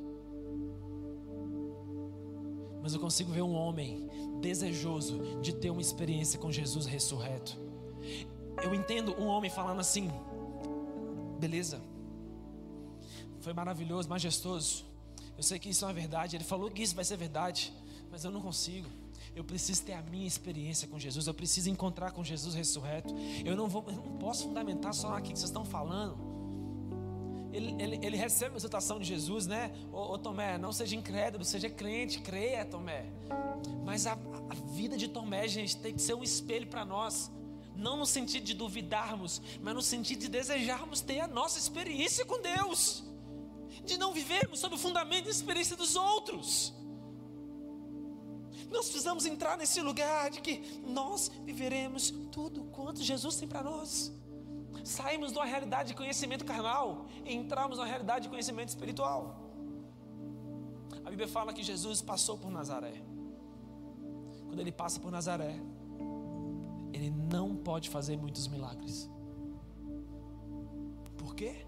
Mas eu consigo ver um homem desejoso de ter uma experiência com Jesus ressurreto. Eu entendo um homem falando assim: beleza, foi maravilhoso, majestoso, eu sei que isso é uma verdade, ele falou que isso vai ser verdade, mas eu não consigo. Eu preciso ter a minha experiência com Jesus, eu preciso encontrar com Jesus ressurreto. Eu não posso fundamentar só aqui que vocês estão falando. Ele recebe a exortação de Jesus, né? Ô Tomé, não seja incrédulo, seja crente, creia, Tomé. Mas a vida de Tomé, gente, tem que ser um espelho para nós. Não no sentido de duvidarmos, mas no sentido de desejarmos ter a nossa experiência com Deus, de não vivermos sob o fundamento da experiência dos outros. Nós precisamos entrar nesse lugar de que nós viveremos tudo quanto Jesus tem para nós. Saímos de uma realidade de conhecimento carnal e entramos numa realidade de conhecimento espiritual. A Bíblia fala que Jesus passou por Nazaré. Quando ele passa por Nazaré, ele não pode fazer muitos milagres. Por quê?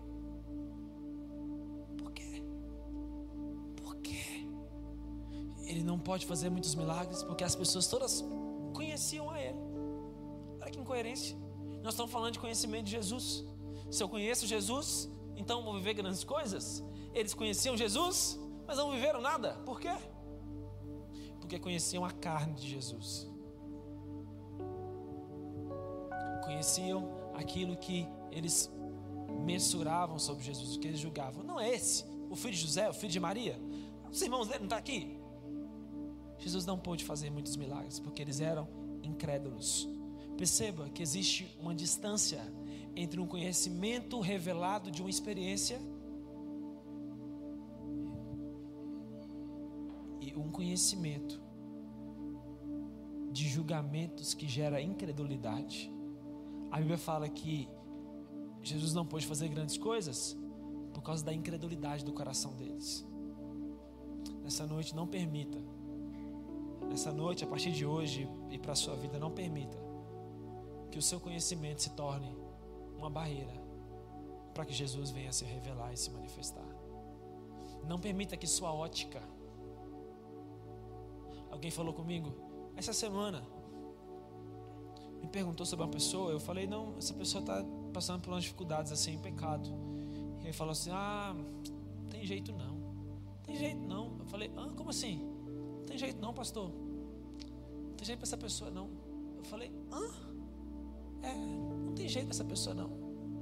Ele não pode fazer muitos milagres porque as pessoas todas conheciam a ele. Olha que incoerência. Nós estamos falando de conhecimento de Jesus. Se eu conheço Jesus, então vou viver grandes coisas. Eles conheciam Jesus, mas não viveram nada. Por quê? Porque conheciam a carne de Jesus. Conheciam aquilo que eles mensuravam sobre Jesus, o que eles julgavam. Não é esse o filho de José, o filho de Maria? Os irmãos dele não estão aqui? Jesus não pôde fazer muitos milagres porque eles eram incrédulos. Perceba que existe uma distância entre um conhecimento revelado de uma experiência e um conhecimento de julgamentos que gera incredulidade. A Bíblia fala que Jesus não pôde fazer grandes coisas por causa da incredulidade do coração deles. Nessa noite, não permita. Nessa noite, a partir de hoje e para a sua vida, não permita que o seu conhecimento se torne uma barreira para que Jesus venha se revelar e se manifestar. Não permita que sua ótica... Alguém falou comigo essa semana, me perguntou sobre uma pessoa. Eu falei: não, essa pessoa está passando por umas dificuldades assim, pecado. E ele falou assim: tem jeito não. Tem jeito não. Eu falei: como assim? Não tem jeito não, pastor. Não tem jeito para essa pessoa não. Eu falei, não tem jeito essa pessoa não.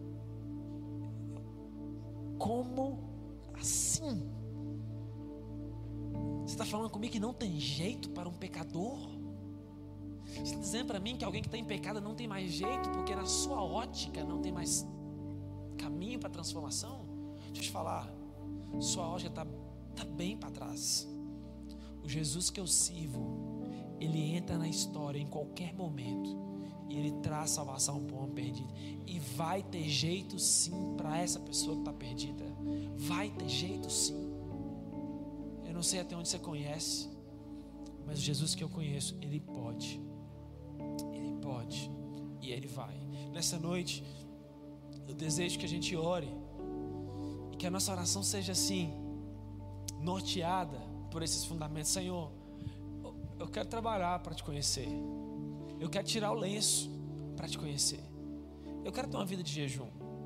Como assim? Você está falando comigo que não tem jeito para um pecador? Você está dizendo para mim que alguém que está em pecado não tem mais jeito, porque na sua ótica não tem mais caminho para transformação? Deixa eu te falar, sua ótica está bem para trás. O Jesus que eu sirvo, ele entra na história em qualquer momento e ele traz salvação para o homem perdido. E vai ter jeito sim para essa pessoa que está perdida. Vai ter jeito sim. Eu não sei até onde você conhece, mas o Jesus que eu conheço, ele pode. Ele pode e ele vai. Nessa noite, eu desejo que a gente ore e que a nossa oração seja assim, norteada por esses fundamentos. Senhor, eu quero trabalhar para te conhecer. Eu quero tirar o lenço para te conhecer. Eu quero ter uma vida de jejum.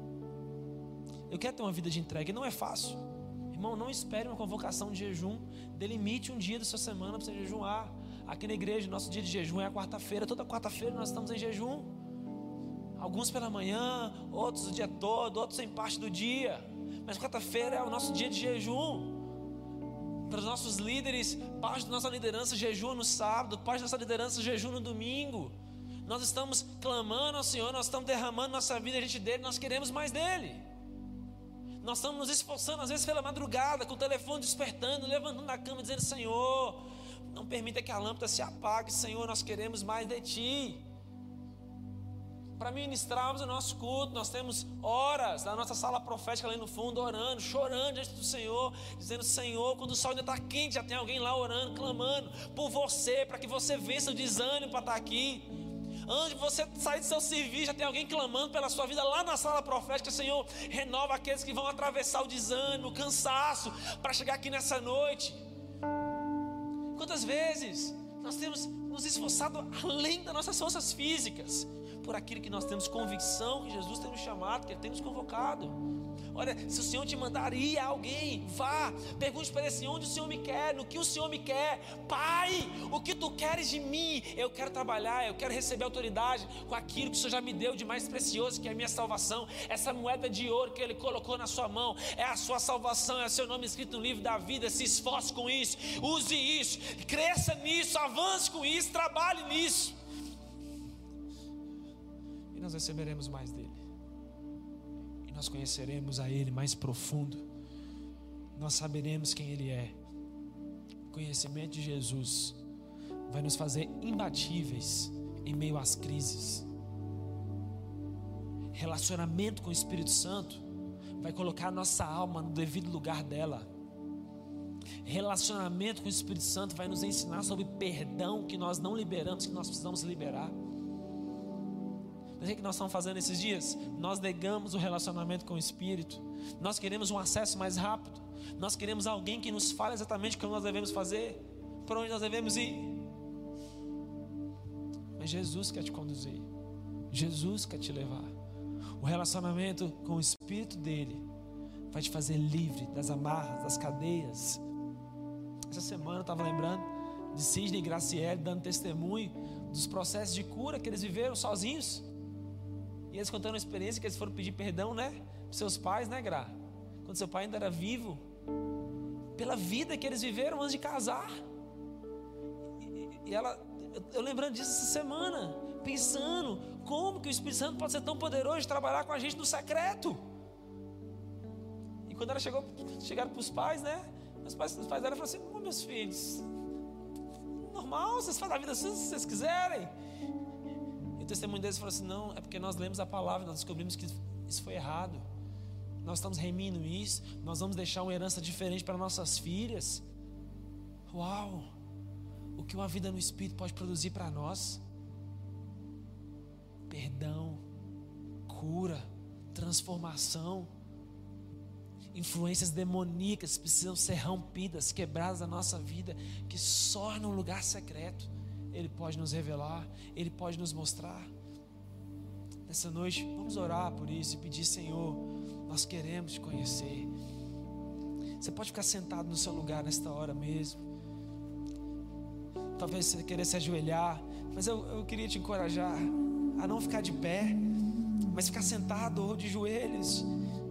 Eu quero ter uma vida de entrega. E não é fácil. Irmão, não espere uma convocação de jejum. Delimite um dia da sua semana para você jejuar. Aqui na igreja, nosso dia de jejum é a quarta-feira. Toda quarta-feira nós estamos em jejum. Alguns pela manhã, outros o dia todo, outros em parte do dia. Mas quarta-feira é o nosso dia de jejum. Para os nossos líderes, parte da nossa liderança jejua no sábado, parte da nossa liderança jejua no domingo. Nós estamos clamando ao Senhor, nós estamos derramando nossa vida diante dele, nós queremos mais dele. Nós estamos nos esforçando, às vezes pela madrugada, com o telefone despertando, levantando da cama, dizendo: Senhor, não permita que a lâmpada se apague, Senhor, nós queremos mais de ti. Para ministrarmos o nosso culto, nós temos horas na nossa sala profética ali no fundo, orando, chorando diante do Senhor, dizendo: Senhor, quando o sol ainda está quente, já tem alguém lá orando, clamando por você, para que você vença o desânimo para estar aqui. Antes de você sair do seu serviço, já tem alguém clamando pela sua vida lá na sala profética. Senhor, renova aqueles que vão atravessar o desânimo, o cansaço, para chegar aqui nessa noite. Quantas vezes nós temos nos esforçado além das nossas forças físicas, por aquilo que nós temos convicção que Jesus tem nos chamado, que Ele tem nos convocado. Olha, se o Senhor te mandar ir a alguém, vá, pergunte para Ele assim: onde o Senhor me quer, no que o Senhor me quer. Pai, o que Tu queres de mim? Eu quero trabalhar, eu quero receber autoridade com aquilo que o Senhor já me deu de mais precioso, que é a minha salvação. Essa moeda de ouro que Ele colocou na sua mão, é a sua salvação, é o seu nome escrito no livro da vida. Se esforce com isso, use isso, cresça nisso, avance com isso, trabalhe nisso. Nós receberemos mais dele, e nós conheceremos a Ele mais profundo, nós saberemos quem Ele é. O conhecimento de Jesus vai nos fazer imbatíveis em meio às crises. Relacionamento com o Espírito Santo vai colocar a nossa alma no devido lugar dela. Relacionamento com o Espírito Santo vai nos ensinar sobre perdão que nós não liberamos, que nós precisamos liberar. O que nós estamos fazendo esses dias? Nós negamos o relacionamento com o Espírito. Nós queremos um acesso mais rápido. Nós queremos alguém que nos fale exatamente o que nós devemos fazer, para onde nós devemos ir. Mas Jesus quer te conduzir. Jesus quer te levar. O relacionamento com o Espírito dele vai te fazer livre das amarras, das cadeias. Essa semana eu estava lembrando de Sidney e Graciele dando testemunho dos processos de cura que eles viveram sozinhos. E eles contando a experiência que eles foram pedir perdão, né, para seus pais, né, Gra? Quando seu pai ainda era vivo, pela vida que eles viveram antes de casar. E eu lembrando disso essa semana, pensando como que o Espírito Santo pode ser tão poderoso de trabalhar com a gente no secreto. E quando ela chegaram para os pais, né, os pais dela falaram assim: meus filhos, normal, vocês fazem a vida assim se vocês quiserem. E o testemunho deles falou assim: não, é porque nós lemos a palavra, nós descobrimos que isso foi errado. Nós estamos remindo isso, nós vamos deixar uma herança diferente para nossas filhas. Uau! O que uma vida no Espírito pode produzir para nós? Perdão, cura, transformação. Influências demoníacas precisam ser rompidas, quebradas da nossa vida, que só num lugar secreto Ele pode nos revelar, Ele pode nos mostrar. Nessa noite, vamos orar por isso e pedir: Senhor, nós queremos te conhecer. Você pode ficar sentado no seu lugar nesta hora mesmo. Talvez você queira se ajoelhar. Mas eu queria te encorajar a não ficar de pé, mas ficar sentado ou de joelhos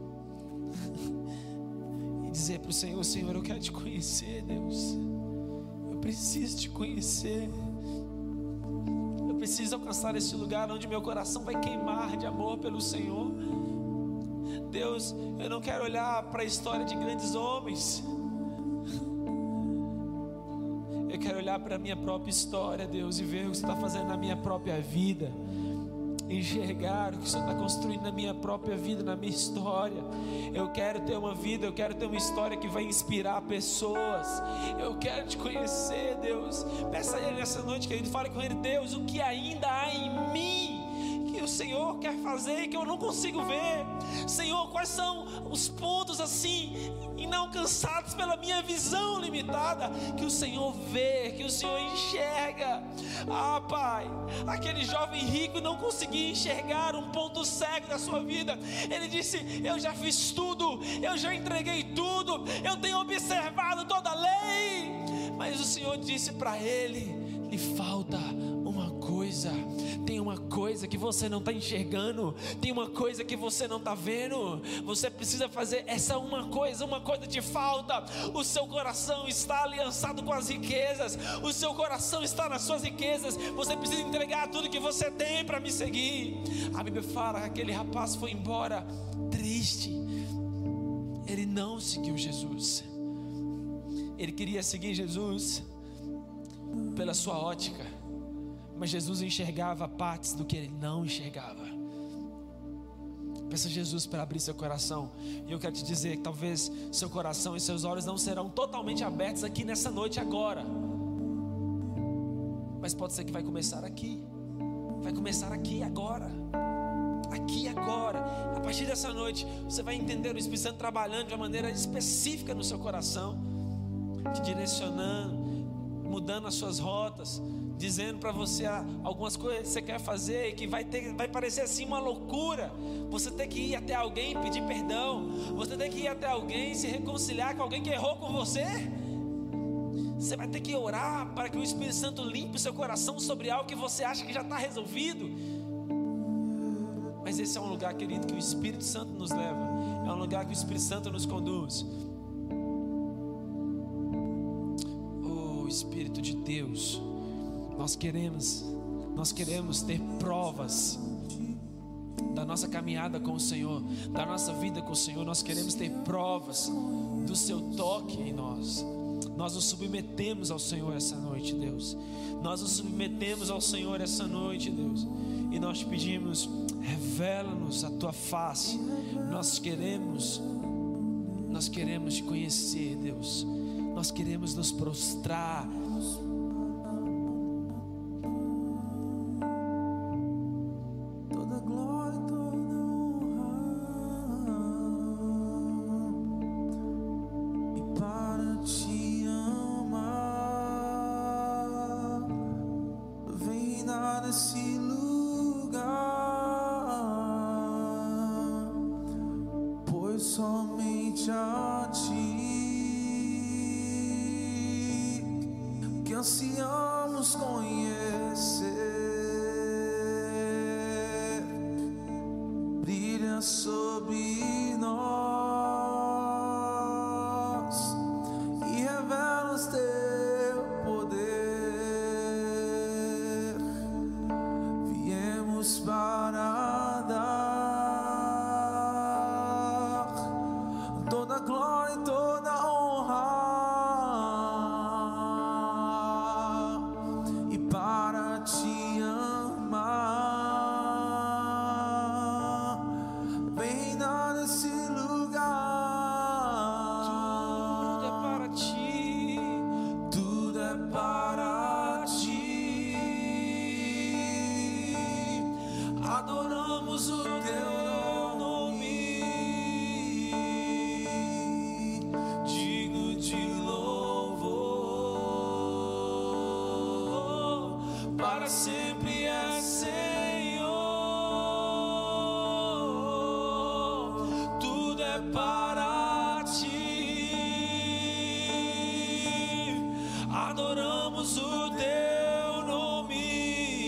e dizer para o Senhor: Senhor, eu quero te conhecer, Deus. Eu preciso te conhecer. Eu preciso alcançar esse lugar onde meu coração vai queimar de amor pelo Senhor. Deus, eu não quero olhar para a história de grandes homens. Eu quero olhar para a minha própria história, Deus, e ver o que você está fazendo na minha própria vida. Enxergar o que o Senhor está construindo na minha própria vida, na minha história. Eu quero ter uma vida, eu quero ter uma história que vai inspirar pessoas. Eu quero te conhecer, Deus. Peça a Ele nessa noite, querido, fale com Ele: Deus, o que ainda há em mim que o Senhor quer fazer e que eu não consigo ver? Senhor, quais são os pontos assim inalcançados pela minha visão limitada, que o Senhor vê, que o Senhor enxerga? Ah, Pai, aquele jovem rico não conseguia enxergar um ponto cego da sua vida. Ele disse: eu já fiz tudo, eu já entreguei tudo, eu tenho observado toda a lei. Mas o Senhor disse para ele: lhe falta uma coisa. Tem uma coisa que você não está enxergando, tem uma coisa que você não está vendo. Você precisa fazer essa uma coisa te falta. O seu coração está aliançado com as riquezas, o seu coração está nas suas riquezas. Você precisa entregar tudo que você tem para me seguir. A Bíblia fala que aquele rapaz foi embora triste. Ele não seguiu Jesus. Ele queria seguir Jesus pela sua ótica, mas Jesus enxergava partes do que ele não enxergava. Peça a Jesus para abrir seu coração. E eu quero te dizer que talvez seu coração e seus olhos não serão totalmente abertos aqui nessa noite agora, mas pode ser que vai começar aqui. Vai começar aqui agora. Aqui agora. A partir dessa noite você vai entender o Espírito Santo trabalhando de uma maneira específica no seu coração, te direcionando, mudando as suas rotas, dizendo para você algumas coisas que você quer fazer e que vai parecer assim uma loucura. Você tem que ir até alguém pedir perdão, você tem que ir até alguém se reconciliar com alguém que errou com você. Você vai ter que orar para que o Espírito Santo limpe o seu coração sobre algo que você acha que já está resolvido. Mas esse é um lugar, querido, que o Espírito Santo nos leva. É um lugar que o Espírito Santo nos conduz. Oh, Espírito de Deus, nós queremos ter provas da nossa caminhada com o Senhor, da nossa vida com o Senhor. Nós queremos ter provas do seu toque em nós. Nós nos submetemos ao Senhor essa noite, Deus. Nós nos submetemos ao Senhor essa noite, Deus. E nós te pedimos: revela-nos a tua face. Nós queremos te conhecer, Deus. Nós queremos nos prostrar. Ansiamos conhecer, brilha sobre nós e revela o teu poder. Viemos para dar toda a glória e toda a honra, te amar. Vem dar nesse lugar. Tudo é para ti, tudo é para ti. Adoramos o teu nome, digno de louvor, para sempre é Senhor. Tudo é para ti. Adoramos o teu nome,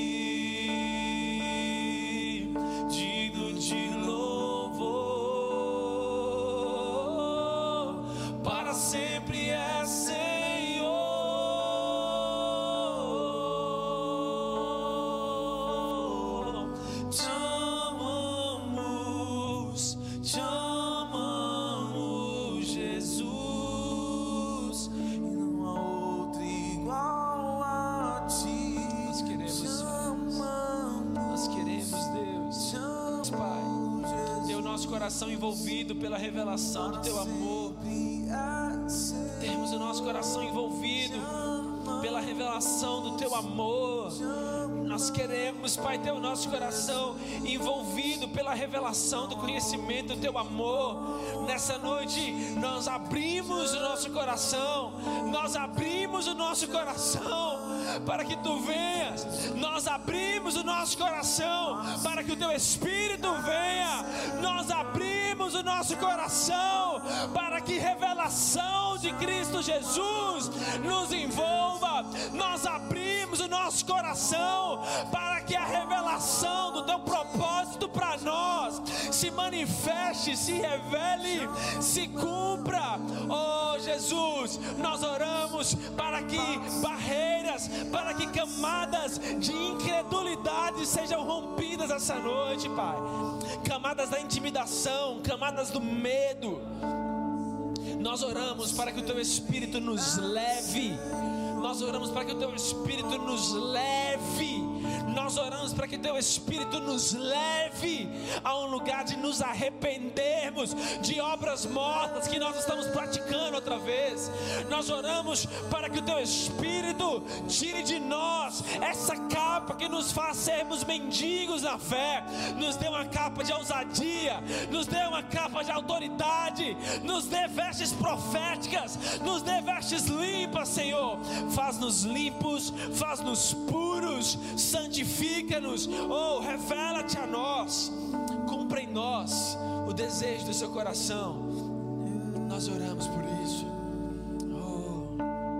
nosso coração envolvido pela revelação do Teu amor. Termos o nosso coração envolvido pela revelação do Teu amor. Nós queremos, Pai, ter o nosso coração envolvido pela revelação do conhecimento do Teu amor. Nessa noite nós abrimos o nosso coração, nós abrimos o nosso coração para que Tu venhas. Nós abrimos o nosso coração para que o Teu Espírito venha. Nós abrimos o nosso coração para que revelação de Cristo Jesus nos envolva. Nós abrimos o nosso coração para que a revelação do Teu propósito para nós se manifeste, se revele, se cumpra. Oh Jesus, nós oramos para que barreiras, para que camadas de incredulidade sejam rompidas essa noite, Pai. Camadas da intimidação, camadas do medo. Nós oramos para que o Teu Espírito nos leve. Nós oramos para que o Teu Espírito nos leve. Nós oramos para que Teu Espírito nos leve a um lugar de nos arrependermos de obras mortas que nós estamos praticando outra vez. Nós oramos para que o Teu Espírito tire de nós essa capa que nos faz sermos mendigos na fé. Nos dê uma capa de ousadia, nos dê uma capa de autoridade, nos dê vestes proféticas, nos dê vestes limpas, Senhor. Faz-nos limpos, faz-nos puros, santifica-nos. Oh, revela-te a nós, cumpra em nós o desejo do Seu coração. Nós oramos por isso. Oh.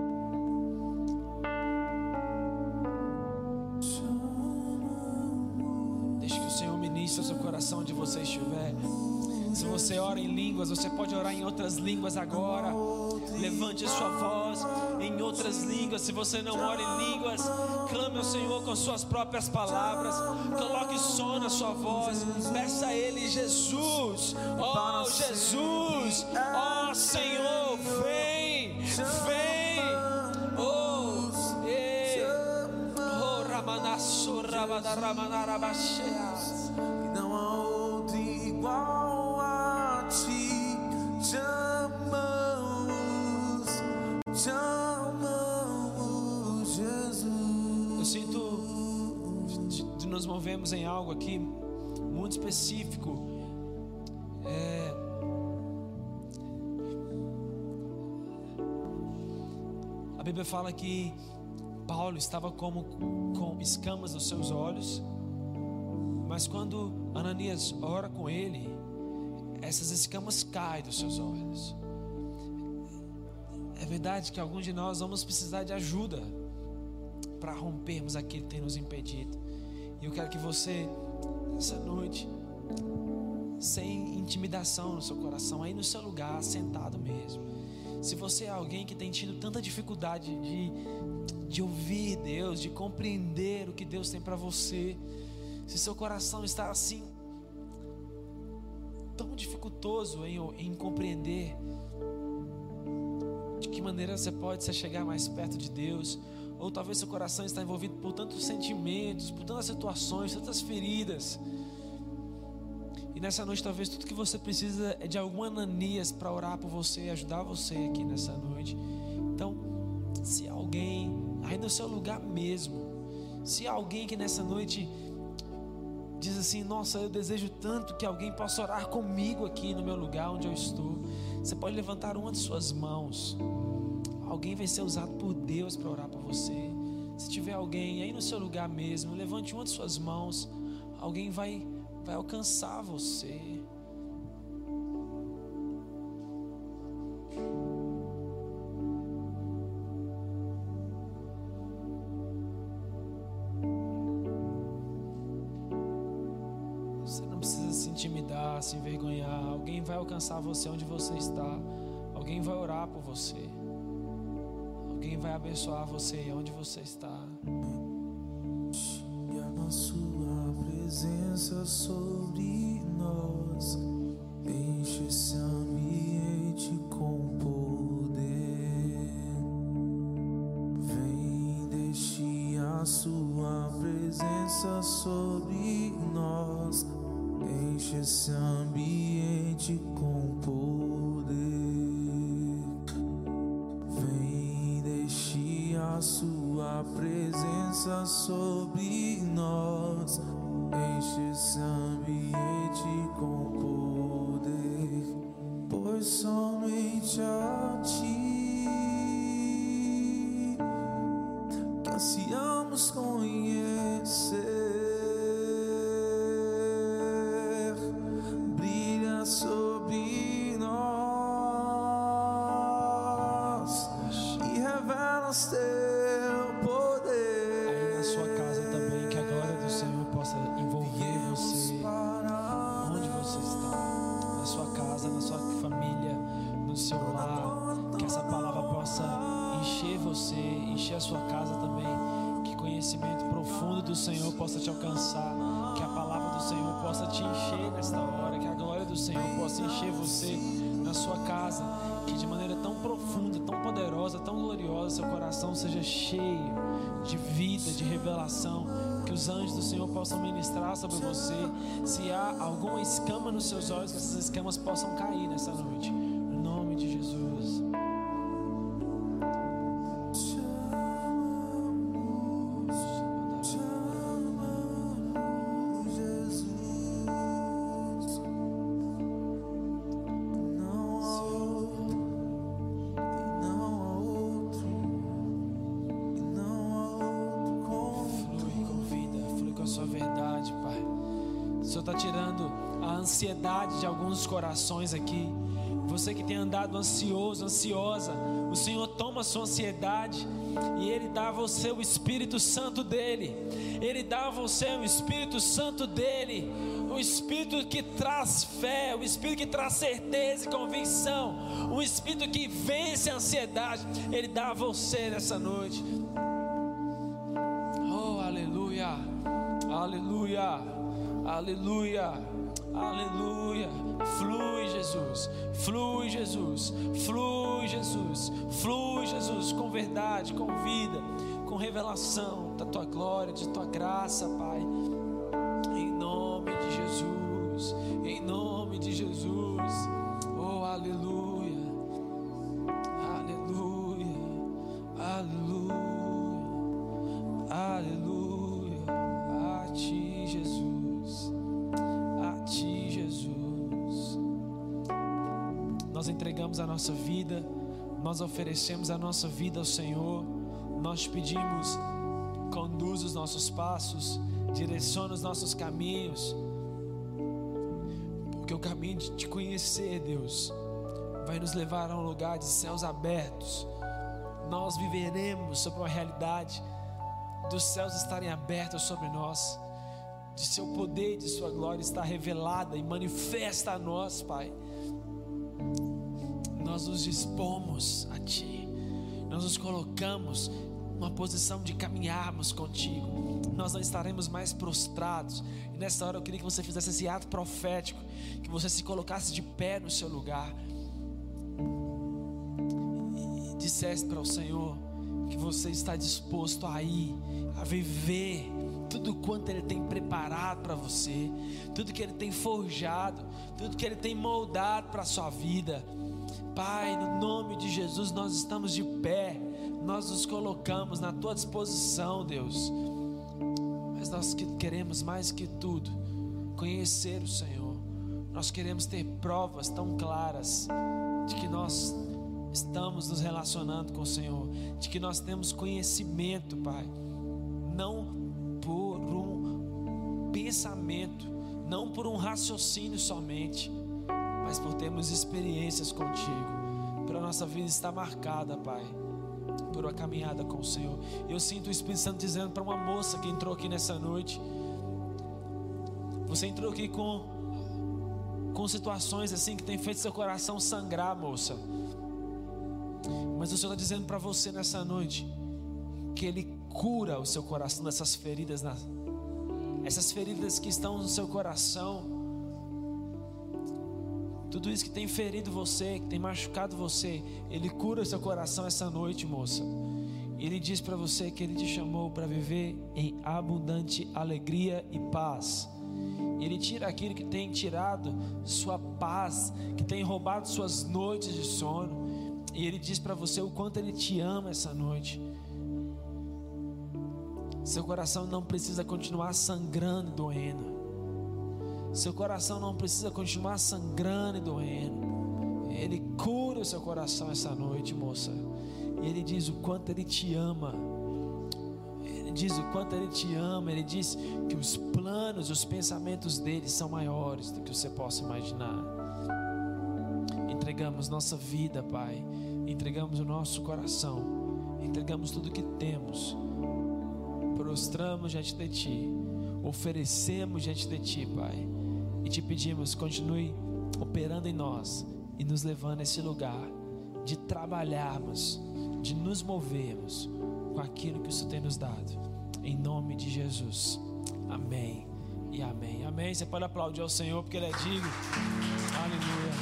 Deixe que o Senhor ministre o seu coração onde você estiver. Se você ora em línguas, você pode orar em outras línguas agora. Levante a sua voz em outras línguas. Se você não ora em línguas, clame ao Senhor com suas próprias palavras. Coloque som na sua voz. Peça a Ele, Jesus. Oh Jesus, oh Senhor, vem, vem. Oh, oh Ramanasso, Ramadaramanarabashea. Não há outro igual a Ti. Te amamos, Jesus. Eu sinto de nos movemos em algo aqui muito específico. A Bíblia fala que Paulo estava com escamas nos seus olhos, mas quando Ananias ora com ele, essas escamas caem dos seus olhos. É verdade que alguns de nós vamos precisar de ajuda para rompermos aquilo que tem nos impedido. E eu quero que você, essa noite, sem intimidação no seu coração, aí no seu lugar, sentado mesmo. Se você é alguém que tem tido tanta dificuldade de ouvir Deus, de compreender o que Deus tem para você, se seu coração está assim, tão dificultoso em compreender de que maneira você pode se chegar mais perto de Deus, ou talvez seu coração está envolvido por tantos sentimentos, por tantas situações, tantas feridas, e nessa noite talvez tudo que você precisa é de algum Ananias para orar por você, ajudar você aqui nessa noite. Então, se alguém aí no seu lugar mesmo, se alguém que nessa noite diz assim: nossa, eu desejo tanto que alguém possa orar comigo aqui no meu lugar onde eu estou, você pode levantar uma de suas mãos. Alguém vai ser usado por Deus para orar por você. Se tiver alguém aí no seu lugar mesmo, levante uma de suas mãos. Alguém vai alcançar você. Você não precisa se intimidar, se envergonhar. Alguém vai alcançar você onde você está. Alguém vai orar por você. Alguém vai abençoar você onde você está. E a sua presença sobre nós enche esse ambiente com poder. Vem, deixe a sua presença sobre nós enche esse ambiente com poder. Vem, deixe a sua presença sobre nós. Enche esse ambiente com poder, pois somente a ti que ansiamos conhecer. Brilha sobre nós e revela o teu poder. Aí na sua casa também, que a glória do Senhor possa envolver você, onde você está, na sua casa, na sua família, no seu lar, que essa palavra possa encher você, encher a sua casa também, que conhecimento profundo do Senhor possa te alcançar, que a palavra do Senhor possa te encher nesta hora, que a glória do Senhor possa encher você na sua casa, que de maneira tão profunda, tão poderosa, tão gloriosa, seu coração seja cheio de vida, de revelação, que os anjos do Senhor possam ministrar sobre você. Se há alguma escama nos seus olhos, que essas escamas possam cair nessa noite, no nome de Jesus. Ansiedade de alguns corações aqui. Você que tem andado ansioso, ansiosa, o Senhor toma a sua ansiedade e Ele dá a você o Espírito Santo dEle. Ele dá a você o Espírito Santo dEle, o Espírito que traz fé, o Espírito que traz certeza e convicção, o Espírito que vence a ansiedade. Ele dá a você nessa noite. Oh, aleluia, aleluia, aleluia. Aleluia, flui Jesus, flui Jesus, flui Jesus, flui Jesus, com verdade, com vida, com revelação da tua glória, de tua graça, Pai, em nome de Jesus, em nome de Jesus. Oh, aleluia, aleluia, aleluia, aleluia, a ti, Jesus. Nós entregamos a nossa vida, nós oferecemos a nossa vida ao Senhor. Nós te pedimos, conduza os nossos passos, direciona os nossos caminhos, porque o caminho de te conhecer, Deus, vai nos levar a um lugar de céus abertos. Nós viveremos sobre uma realidade dos céus estarem abertos sobre nós, de seu poder e de sua glória estar revelada e manifesta a nós, Pai. Nós nos dispomos a Ti, nós nos colocamos numa posição de caminharmos contigo. Nós não estaremos mais prostrados. E nessa hora eu queria que você fizesse esse ato profético, que você se colocasse de pé no seu lugar e dissesse para o Senhor que você está disposto a ir, a viver tudo quanto Ele tem preparado para você, tudo que Ele tem forjado, tudo que Ele tem moldado para a sua vida. Pai, no nome de Jesus, nós estamos de pé, nós nos colocamos na Tua disposição, Deus. Mas nós queremos mais que tudo conhecer o Senhor. Nós queremos ter provas tão claras de que nós estamos nos relacionando com o Senhor, de que nós temos conhecimento, Pai, não por um pensamento, não por um raciocínio somente, mas por termos experiências contigo, para a nossa vida estar marcada, Pai, por uma caminhada com o Senhor. Eu sinto o Espírito Santo dizendo para uma moça que entrou aqui nessa noite: você entrou aqui com situações assim que tem feito seu coração sangrar, moça, mas o Senhor está dizendo para você nessa noite que Ele cura o seu coração dessas feridas, essas feridas que estão no seu coração. Tudo isso que tem ferido você, que tem machucado você, Ele cura o seu coração essa noite, moça. Ele diz para você que Ele te chamou para viver em abundante alegria e paz. Ele tira aquilo que tem tirado sua paz, que tem roubado suas noites de sono. E Ele diz para você o quanto Ele te ama essa noite. Seu coração não precisa continuar sangrando e doendo. Seu coração não precisa continuar sangrando e doendo. Ele cura o seu coração essa noite, moça. E Ele diz o quanto Ele te ama. Ele diz o quanto Ele te ama. Ele diz que os planos, os pensamentos dele são maiores do que você possa imaginar. Entregamos nossa vida, Pai. Entregamos o nosso coração. Entregamos tudo que temos. Prostramos diante de Ti. Oferecemos diante de Ti, Pai. E Te pedimos, continue operando em nós e nos levando a esse lugar de trabalharmos, de nos movermos com aquilo que o Senhor tem nos dado. Em nome de Jesus. Amém e amém. Amém. Você pode aplaudir ao Senhor porque Ele é digno. Aleluia.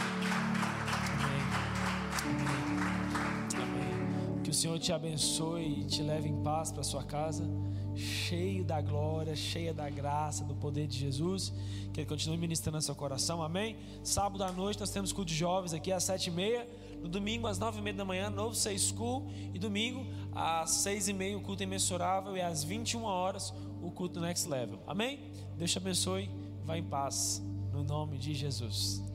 Amém. Amém. Que o Senhor te abençoe e te leve em paz para sua casa, cheio da glória, cheia da graça, do poder de Jesus. Que Ele continue ministrando no seu coração. Amém. Sábado à noite nós temos culto de jovens aqui às 7h30. No domingo às 9h30 da manhã, novo Say School. E domingo às 6h30 o culto imensurável. E às 21 horas o culto Next Level. Amém. Deus te abençoe. Vá em paz no nome de Jesus.